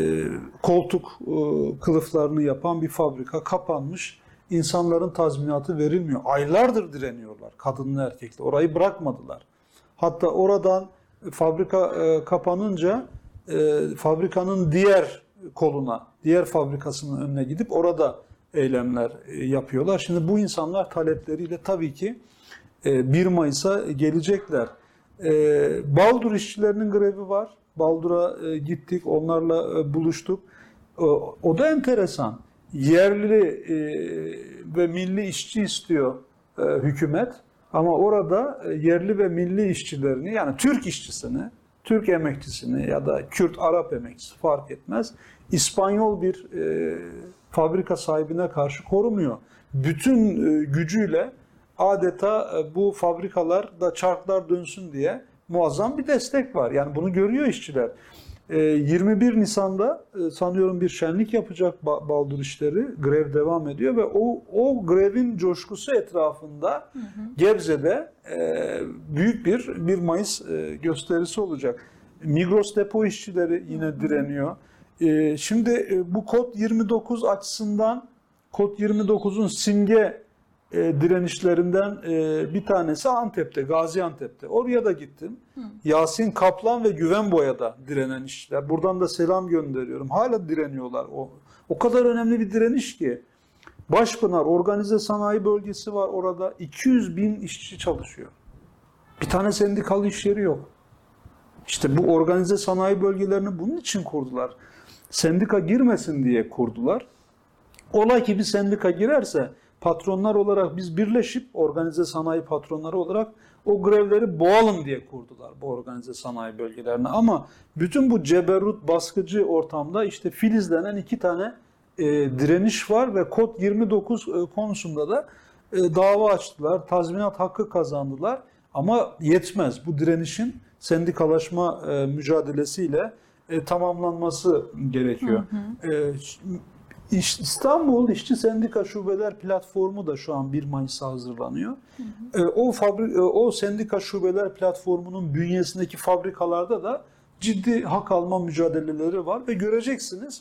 koltuk e, kılıflarını yapan bir fabrika kapanmış. İnsanların tazminatı verilmiyor. Aylardır direniyorlar kadınlı erkekli. Orayı bırakmadılar. Hatta oradan fabrika e, kapanınca e, fabrikanın diğer koluna, diğer fabrikasının önüne gidip orada eylemler e, yapıyorlar. Şimdi bu insanlar talepleriyle tabii ki e, bir Mayıs'a gelecekler. E, Baldur işçilerinin grevi var. Baldur'a e, gittik, onlarla e, buluştuk. E, o da enteresan. Yerli e, ve milli işçi istiyor e, hükümet. Ama orada yerli ve milli işçilerini, yani Türk işçisini, Türk emekçisini ya da Kürt, Arap emekçisi fark etmez, İspanyol bir e, fabrika sahibine karşı korumuyor. Bütün e, gücüyle adeta e, bu fabrikalarda çarklar dönsün diye muazzam bir destek var. Yani bunu görüyor işçiler. E, yirmi bir Nisan'da e, sanıyorum bir şenlik yapacak Baldur işleri. Grev devam ediyor ve o o grevin coşkusu etrafında hı hı. Gebze'de e, büyük bir bir Mayıs e, gösterisi olacak. Migros depo işçileri yine hı hı. direniyor. E, şimdi e, bu kod yirmi dokuz açısından kod yirmi dokuzun simge e, direnişlerinden e, bir tanesi Antep'te, Gaziantep'te. Oraya da gittim. Hı. Yasin Kaplan ve Güvenboya'da direnen işçiler. Buradan da selam gönderiyorum. Hala direniyorlar. O, o kadar önemli bir direniş ki. Başpınar Organize Sanayi Bölgesi var orada. iki yüz bin işçi çalışıyor. Bir tane sendikalı iş yeri yok. İşte bu organize sanayi bölgelerini bunun için kurdular. Sendika girmesin diye kurdular. Olay ki bir sendika girerse patronlar olarak biz birleşip organize sanayi patronları olarak o grevleri boğalım diye kurdular bu organize sanayi bölgelerine. Ama bütün bu ceberrut baskıcı ortamda işte filizlenen iki tane e, direniş var ve kod yirmi dokuz e, konusunda da e, dava açtılar. Tazminat hakkı kazandılar. Ama yetmez. Bu direnişin sendikalaşma e, mücadelesiyle e, tamamlanması gerekiyor. Hı hı. E, İstanbul İşçi Sendika Şubeler Platformu da şu an bir Mayıs'a hazırlanıyor. Hı hı. O fabri, o sendika şubeler platformunun bünyesindeki fabrikalarda da ciddi hak alma mücadeleleri var ve göreceksiniz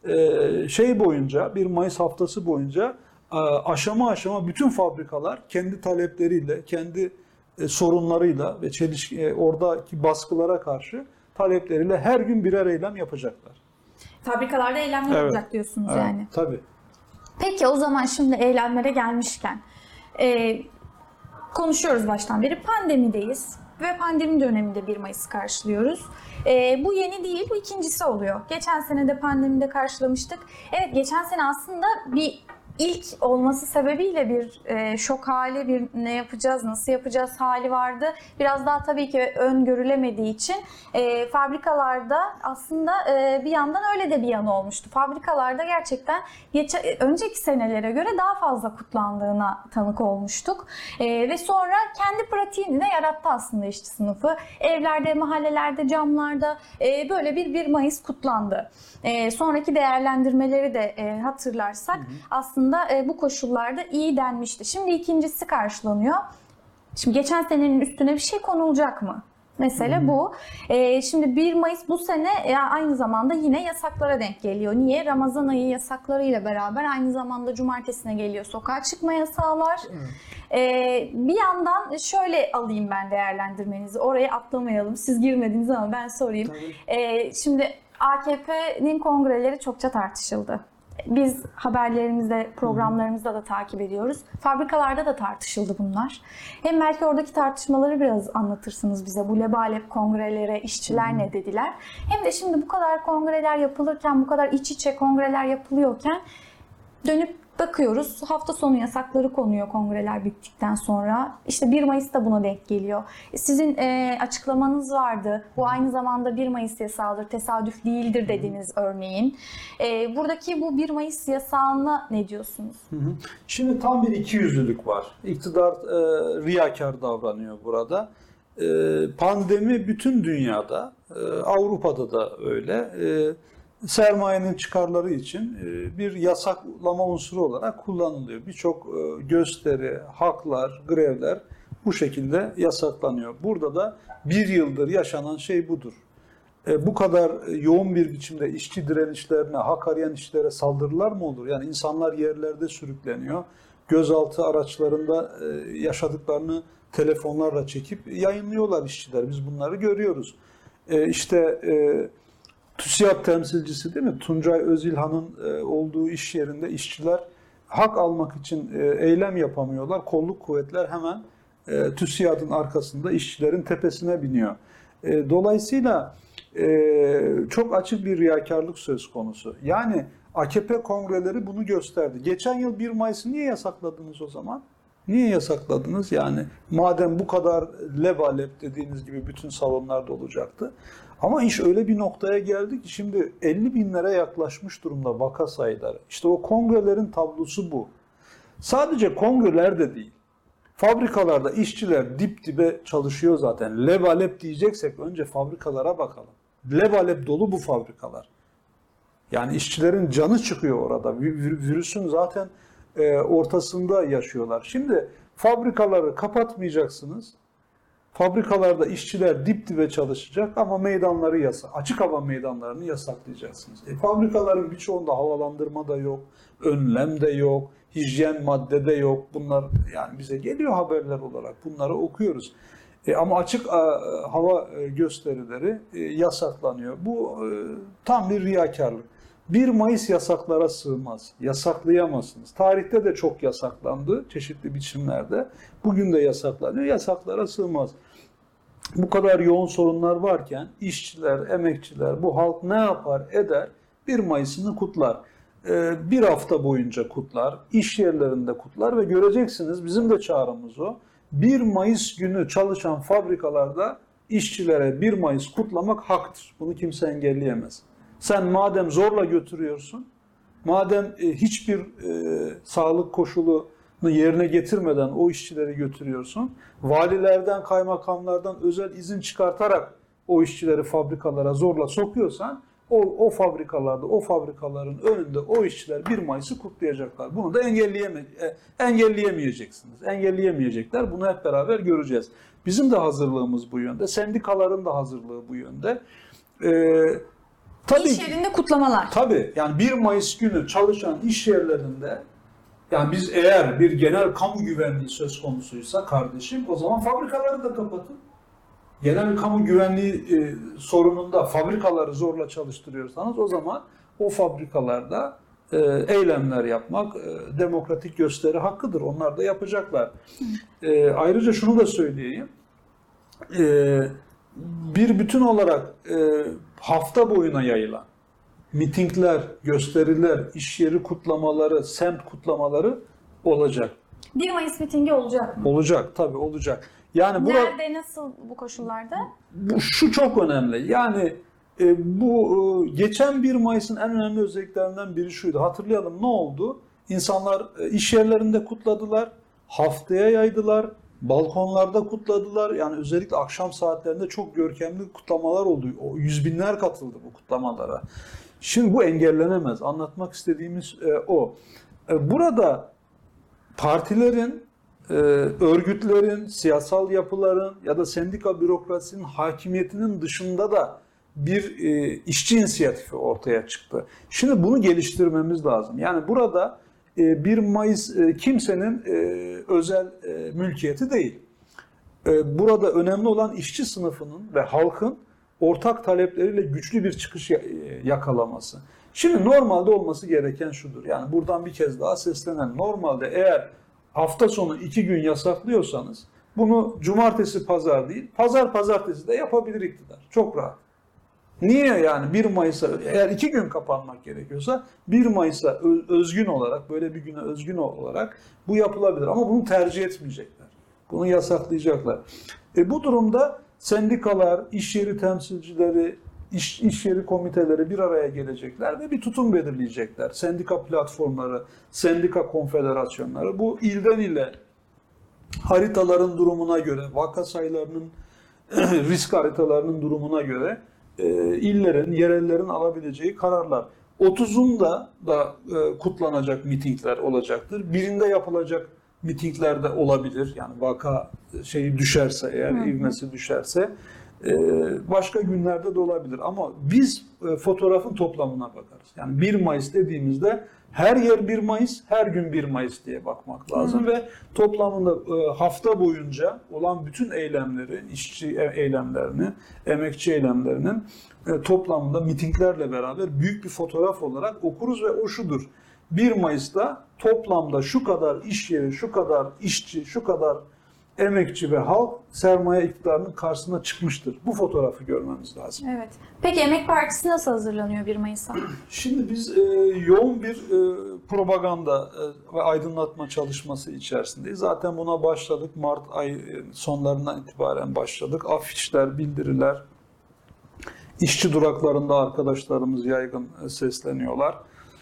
şey boyunca bir Mayıs haftası boyunca aşama aşama bütün fabrikalar kendi talepleriyle, kendi sorunlarıyla ve çelişki oradaki baskılara karşı talepleriyle her gün birer eylem yapacaklar. Fabrikalarda eylemler evet. olacak diyorsunuz evet, yani. Tabii. Peki o zaman şimdi eylemlere gelmişken e, konuşuyoruz baştan beri, pandemideyiz ve pandemi döneminde bir Mayıs'ı karşılıyoruz. E, bu yeni değil, bu ikincisi oluyor. Geçen sene de pandemide karşılamıştık. Evet, geçen sene aslında bir ilk olması sebebiyle bir e, şok hali, bir ne yapacağız, nasıl yapacağız hali vardı. Biraz daha tabii ki öngörülemediği için e, fabrikalarda aslında e, bir yandan öyle de bir yanı olmuştu. Fabrikalarda gerçekten geçe, önceki senelere göre daha fazla kutlandığına tanık olmuştuk. E, ve sonra kendi pratiğini de yarattı aslında işçi sınıfı. Evlerde, mahallelerde, camlarda e, böyle bir bir Mayıs kutlandı. E, sonraki değerlendirmeleri de e, hatırlarsak hı hı. aslında bu koşullarda iyi denmişti. Şimdi ikincisi karşılanıyor. Şimdi geçen senenin üstüne bir şey konulacak mı? Mesele hmm. bu. Ee, şimdi bir Mayıs bu sene aynı zamanda yine yasaklara denk geliyor. Niye? Ramazan ayı yasaklarıyla beraber aynı zamanda cumartesine geliyor sokağa çıkma yasağı var. Hmm. Ee, bir yandan şöyle alayım ben değerlendirmenizi. Oraya atlamayalım. Siz girmediniz ama ben sorayım. Ee, şimdi A K P'nin kongreleri çokça tartışıldı. Biz haberlerimizde, programlarımızda da takip ediyoruz. Fabrikalarda da tartışıldı bunlar. Hem belki oradaki tartışmaları biraz anlatırsınız bize. Bu lebalep kongrelere işçiler hmm. ne dediler? Hem de şimdi bu kadar kongreler yapılırken, bu kadar iç içe kongreler yapılıyorken dönüp Bakıyoruz hafta sonu yasakları konuyor kongreler bittikten sonra. İşte bir Mayıs da buna denk geliyor. Sizin e, açıklamanız vardı. Bu aynı zamanda bir Mayıs yasağıdır, tesadüf değildir dediğiniz örneğin. E, buradaki bu bir Mayıs yasağına ne diyorsunuz? Hı hı. Şimdi tam bir ikiyüzlülük var. İktidar e, riyakar davranıyor burada. E, pandemi bütün dünyada, e, Avrupa'da da öyle. E, sermayenin çıkarları için bir yasaklama unsuru olarak kullanılıyor. Birçok gösteri, haklar, grevler bu şekilde yasaklanıyor. Burada da bir yıldır yaşanan şey budur. Bu kadar yoğun bir biçimde işçi direnişlerine, hak arayan işçilere saldırılar mı olur? Yani insanlar yerlerde sürükleniyor. Gözaltı araçlarında yaşadıklarını telefonlarla çekip yayınlıyorlar işçiler. Biz bunları görüyoruz. İşte TÜSİAD temsilcisi değil mi? Tuncay Özilhan'ın e, olduğu iş yerinde işçiler hak almak için e, eylem yapamıyorlar. Kolluk kuvvetler hemen e, TÜSİAD'ın arkasında işçilerin tepesine biniyor. E, dolayısıyla e, çok açık bir riyakarlık söz konusu. Yani A K P kongreleri bunu gösterdi. Geçen yıl bir Mayıs'ı niye yasakladınız o zaman? Niye yasakladınız? Yani madem bu kadar lebalep dediğiniz gibi bütün salonlarda olacaktı. Ama iş öyle bir noktaya geldi ki şimdi elli binlere yaklaşmış durumda vaka sayıları. İşte o kongrelerin tablosu bu. Sadece kongreler de değil. Fabrikalarda işçiler dip dibe çalışıyor zaten. Lebalep diyeceksek önce fabrikalara bakalım. Lebalep dolu bu fabrikalar. Yani işçilerin canı çıkıyor orada. Virüsün zaten ortasında yaşıyorlar. Şimdi fabrikaları kapatmayacaksınız. Fabrikalarda işçiler dip dibe çalışacak ama meydanları yasak. Açık hava meydanlarını yasaklayacaksınız. E, fabrikaların birçoğunda havalandırma da yok, önlem de yok, hijyen madde de yok. Bunlar yani bize geliyor haberler olarak. Bunları okuyoruz. E, ama açık a, hava gösterileri e, yasaklanıyor. Bu e, tam bir riyakarlık. bir Mayıs yasaklara sığmaz. Yasaklayamazsınız. Tarihte de çok yasaklandı çeşitli biçimlerde. Bugün de yasaklanıyor. Yasaklara sığmaz. Bu kadar yoğun sorunlar varken işçiler, emekçiler, bu halk ne yapar eder? bir Mayıs'ını kutlar. Ee, bir hafta boyunca kutlar. İş yerlerinde kutlar ve göreceksiniz bizim de çağrımız o. bir Mayıs günü çalışan fabrikalarda işçilere bir Mayıs kutlamak haktır. Bunu kimse engelleyemez. Sen madem zorla götürüyorsun, madem e, hiçbir e, sağlık koşulunu yerine getirmeden o işçileri götürüyorsun, valilerden, kaymakamlardan özel izin çıkartarak o işçileri fabrikalara zorla sokuyorsan, o, o fabrikalarda, o fabrikaların önünde o işçiler bir Mayıs'ı kutlayacaklar. Bunu da engelleyeme, e, engelleyemeyeceksiniz. Engelleyemeyecekler. Bunu hep beraber göreceğiz. Bizim de hazırlığımız bu yönde. Sendikaların da hazırlığı bu yönde. Eee Tabii, İş yerinde kutlamalar. Tabii. Yani bir Mayıs günü çalışan iş yerlerinde yani biz eğer bir genel kamu güvenliği söz konusuysa kardeşim o zaman fabrikaları da kapatın. Genel kamu güvenliği e, sorununda fabrikaları zorla çalıştırıyorsanız o zaman o fabrikalarda e, eylemler yapmak e, demokratik gösteri hakkıdır. Onlar da yapacaklar. E, ayrıca şunu da söyleyeyim. E, bir bütün olarak e, hafta boyuna yayılan mitingler, gösteriler, iş yeri kutlamaları, semt kutlamaları olacak. bir Mayıs mitingi olacak mı? Olacak, tabii olacak. Yani Nerede, bura, nasıl bu koşullarda? bu, şu çok önemli. Yani e, bu e, geçen bir Mayıs'ın en önemli özelliklerinden biri şuydu. Hatırlayalım ne oldu? İnsanlar e, iş yerlerinde kutladılar, haftaya yaydılar, balkonlarda kutladılar. Yani özellikle akşam saatlerinde çok görkemli kutlamalar oldu. O yüz binler katıldı bu kutlamalara. Şimdi bu engellenemez. Anlatmak istediğimiz e, o. E, burada partilerin, e, örgütlerin, siyasal yapıların ya da sendika bürokrasinin hakimiyetinin dışında da bir e, işçi inisiyatifi ortaya çıktı. Şimdi bunu geliştirmemiz lazım. Yani burada e, bir Mayıs e, kimsenin e, özel e, mülkiyeti değil. E, burada önemli olan işçi sınıfının ve halkın ortak talepleriyle güçlü bir çıkış yakalaması. Şimdi normalde olması gereken şudur. Yani buradan bir kez daha seslenen. Normalde eğer hafta sonu iki gün yasaklıyorsanız bunu cumartesi pazar değil, pazar pazartesi de yapabilir iktidar. Çok rahat. Niye yani bir Mayıs'a, eğer iki gün kapanmak gerekiyorsa bir Mayıs'a özgün olarak, böyle bir güne özgün olarak bu yapılabilir. Ama bunu tercih etmeyecekler. Bunu yasaklayacaklar. E bu durumda sendikalar, iş yeri temsilcileri, iş, iş yeri komiteleri bir araya gelecekler ve bir tutum belirleyecekler. Sendika platformları, sendika konfederasyonları bu ilden ile haritaların durumuna göre, vaka sayılarının, risk haritalarının durumuna göre e, illerin, yerellerin alabileceği kararlar. otuzunda da e, kutlanacak mitingler olacaktır. Birinde yapılacak mitingler de olabilir. Yani vaka şeyi düşerse, eğer hı hı. ivmesi düşerse e, başka günlerde de olabilir. Ama biz e, fotoğrafın toplamına bakarız. Yani bir Mayıs dediğimizde her yer bir Mayıs, her gün bir Mayıs diye bakmak lazım. Hı. Ve toplamında e, hafta boyunca olan bütün eylemleri, işçi eylemlerini, emekçi eylemlerinin e, toplamında mitinglerle beraber büyük bir fotoğraf olarak okuruz ve o şudur. bir Mayıs'ta toplamda şu kadar iş yeri, şu kadar işçi, şu kadar emekçi ve halk sermaye iktidarının karşısına çıkmıştır. Bu fotoğrafı görmemiz lazım. Evet. Peki Emek Partisi nasıl hazırlanıyor bir Mayıs'a? Şimdi biz e, yoğun bir e, propaganda e, ve aydınlatma çalışması içerisindeyiz. Zaten buna başladık. Mart ayı sonlarından itibaren başladık. Afişler, bildiriler, işçi duraklarında arkadaşlarımız yaygın e, sesleniyorlar.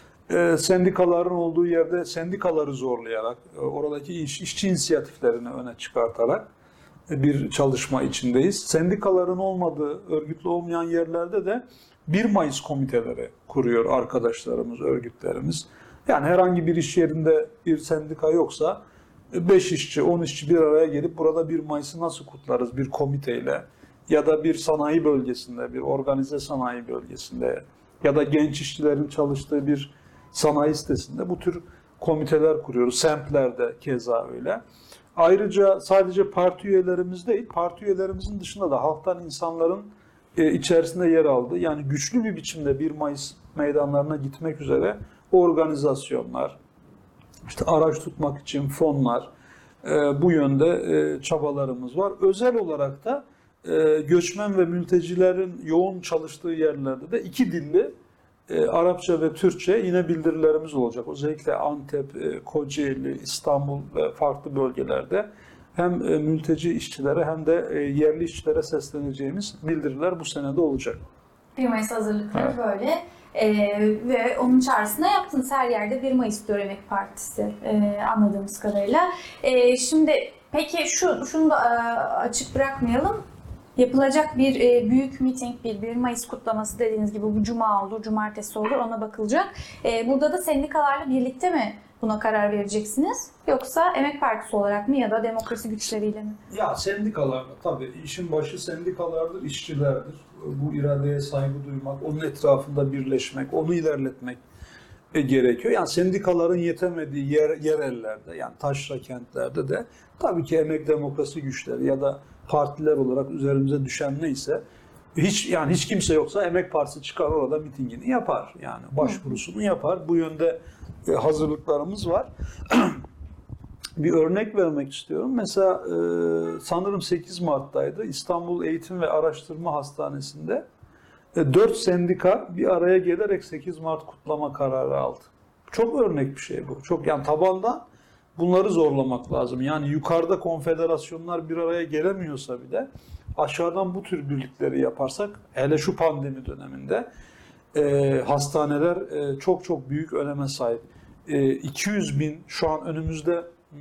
E, sendikaların olduğu yerde sendikaları zorlayarak, e, oradaki iş, işçi inisiyatiflerini öne çıkartarak e, bir çalışma içindeyiz. Sendikaların olmadığı, örgütlü olmayan yerlerde de bir Mayıs komiteleri kuruyor arkadaşlarımız, örgütlerimiz. Yani herhangi bir iş yerinde bir sendika yoksa beş işçi, on işçi bir araya gelip burada bir Mayıs'ı nasıl kutlarız bir komiteyle ya da bir sanayi bölgesinde, bir organize sanayi bölgesinde ya da genç işçilerin çalıştığı bir sanayi sitesinde bu tür komiteler kuruyoruz. Semtlerde keza öyle. Ayrıca sadece parti üyelerimiz değil, parti üyelerimizin dışında da halktan insanların e, içerisinde yer aldığı, yani güçlü bir biçimde bir Mayıs meydanlarına gitmek üzere organizasyonlar, işte araç tutmak için fonlar, e, bu yönde e, çabalarımız var. Özel olarak da e, göçmen ve mültecilerin yoğun çalıştığı yerlerde de iki dilli E, Arapça ve Türkçe yine bildirilerimiz olacak. Özellikle Antep, e, Kocaeli, İstanbul ve farklı bölgelerde hem e, mülteci işçilere hem de e, yerli işçilere sesleneceğimiz bildiriler bu senede olacak. bir Mayıs hazırlıkları evet. böyle. Ee, ve onun çağrısında yaptınız. Her yerde bir Mayıs diyor Emek Partisi e, anladığımız kadarıyla. E, şimdi peki şu şunu da e, açık bırakmayalım. Yapılacak bir e, büyük miting, bir bir Mayıs kutlaması dediğiniz gibi bu cuma olur, cumartesi olur, ona bakılacak. E, burada da sendikalarla birlikte mi buna karar vereceksiniz? Yoksa Emek Partisi olarak mı ya da demokrasi güçleriyle mi? Ya sendikalarla tabii. İşin başı sendikalardır, işçilerdir. Bu iradeye saygı duymak, onun etrafında birleşmek, onu ilerletmek e, gerekiyor. Yani sendikaların yetemediği yer, yerellerde, yani taşra kentlerde de tabii ki emek demokrasi güçleri ya da partiler olarak üzerimize düşen neyse, hiç yani hiç kimse yoksa Emek Partisi çıkar orada mitingini yapar. Yani başvurusunu yapar. Bu yönde e, hazırlıklarımız var. Bir örnek vermek istiyorum. Mesela e, sanırım sekiz Mart'taydı. İstanbul Eğitim ve Araştırma Hastanesi'nde e, dört sendika bir araya gelerek sekiz Mart kutlama kararı aldı. Çok örnek bir şey bu. Çok yani tabanda bunları zorlamak lazım. Yani yukarıda konfederasyonlar bir araya gelemiyorsa bile aşağıdan bu tür birlikleri yaparsak, hele şu pandemi döneminde e, hastaneler e, çok çok büyük öneme sahip. E, iki yüz bin şu an önümüzde hmm,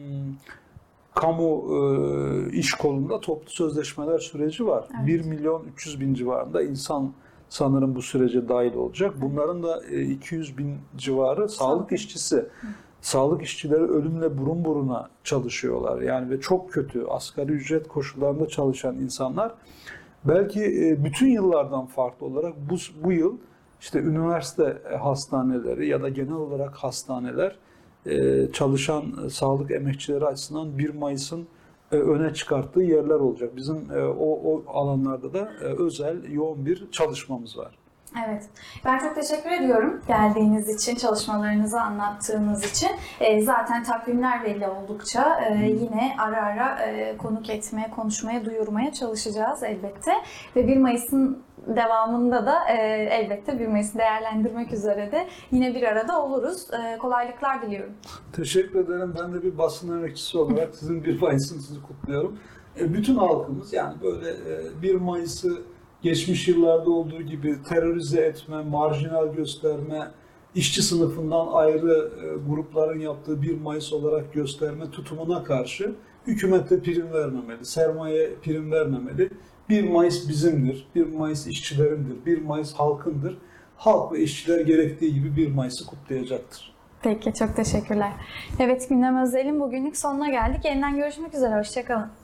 kamu e, iş kolunda toplu sözleşmeler süreci var. Evet. bir milyon üç yüz bin civarında insan sanırım bu sürece dahil olacak. Bunların da e, iki yüz bin civarı sağlık işçisi. Hı. Sağlık işçileri ölümle burun buruna çalışıyorlar. Yani ve çok kötü asgari ücret koşullarında çalışan insanlar. Belki bütün yıllardan farklı olarak bu, bu yıl işte üniversite hastaneleri ya da genel olarak hastaneler çalışan sağlık emekçileri açısından bir Mayıs'ın öne çıkarttığı yerler olacak. Bizim o, o alanlarda da özel yoğun bir çalışmamız var. Evet. Ben çok teşekkür ediyorum geldiğiniz için, çalışmalarınızı anlattığınız için. E, zaten takvimler belli oldukça e, yine ara ara e, konuk etmeye, konuşmaya, duyurmaya çalışacağız elbette. Ve bir Mayıs'ın devamında da e, elbette bir Mayıs'ı değerlendirmek üzere de yine bir arada oluruz. E, kolaylıklar diliyorum. Teşekkür ederim. Ben de bir basın emekçisi olarak sizin bir Mayıs'ınızı kutluyorum. E, bütün halkımız yani böyle e, bir Mayıs'ı geçmiş yıllarda olduğu gibi terörize etme, marjinal gösterme, işçi sınıfından ayrı e, grupların yaptığı bir Mayıs olarak gösterme tutumuna karşı hükümete prim vermemeli, sermaye prim vermemeli. bir Mayıs bizimdir, bir Mayıs işçilerindir, bir Mayıs halkındır. Halk ve işçiler gerektiği gibi bir Mayıs'ı kutlayacaktır. Peki, çok teşekkürler. Evet, Gündem Özel'in bugünlük sonuna geldik. Yeniden görüşmek üzere, hoşça kalın.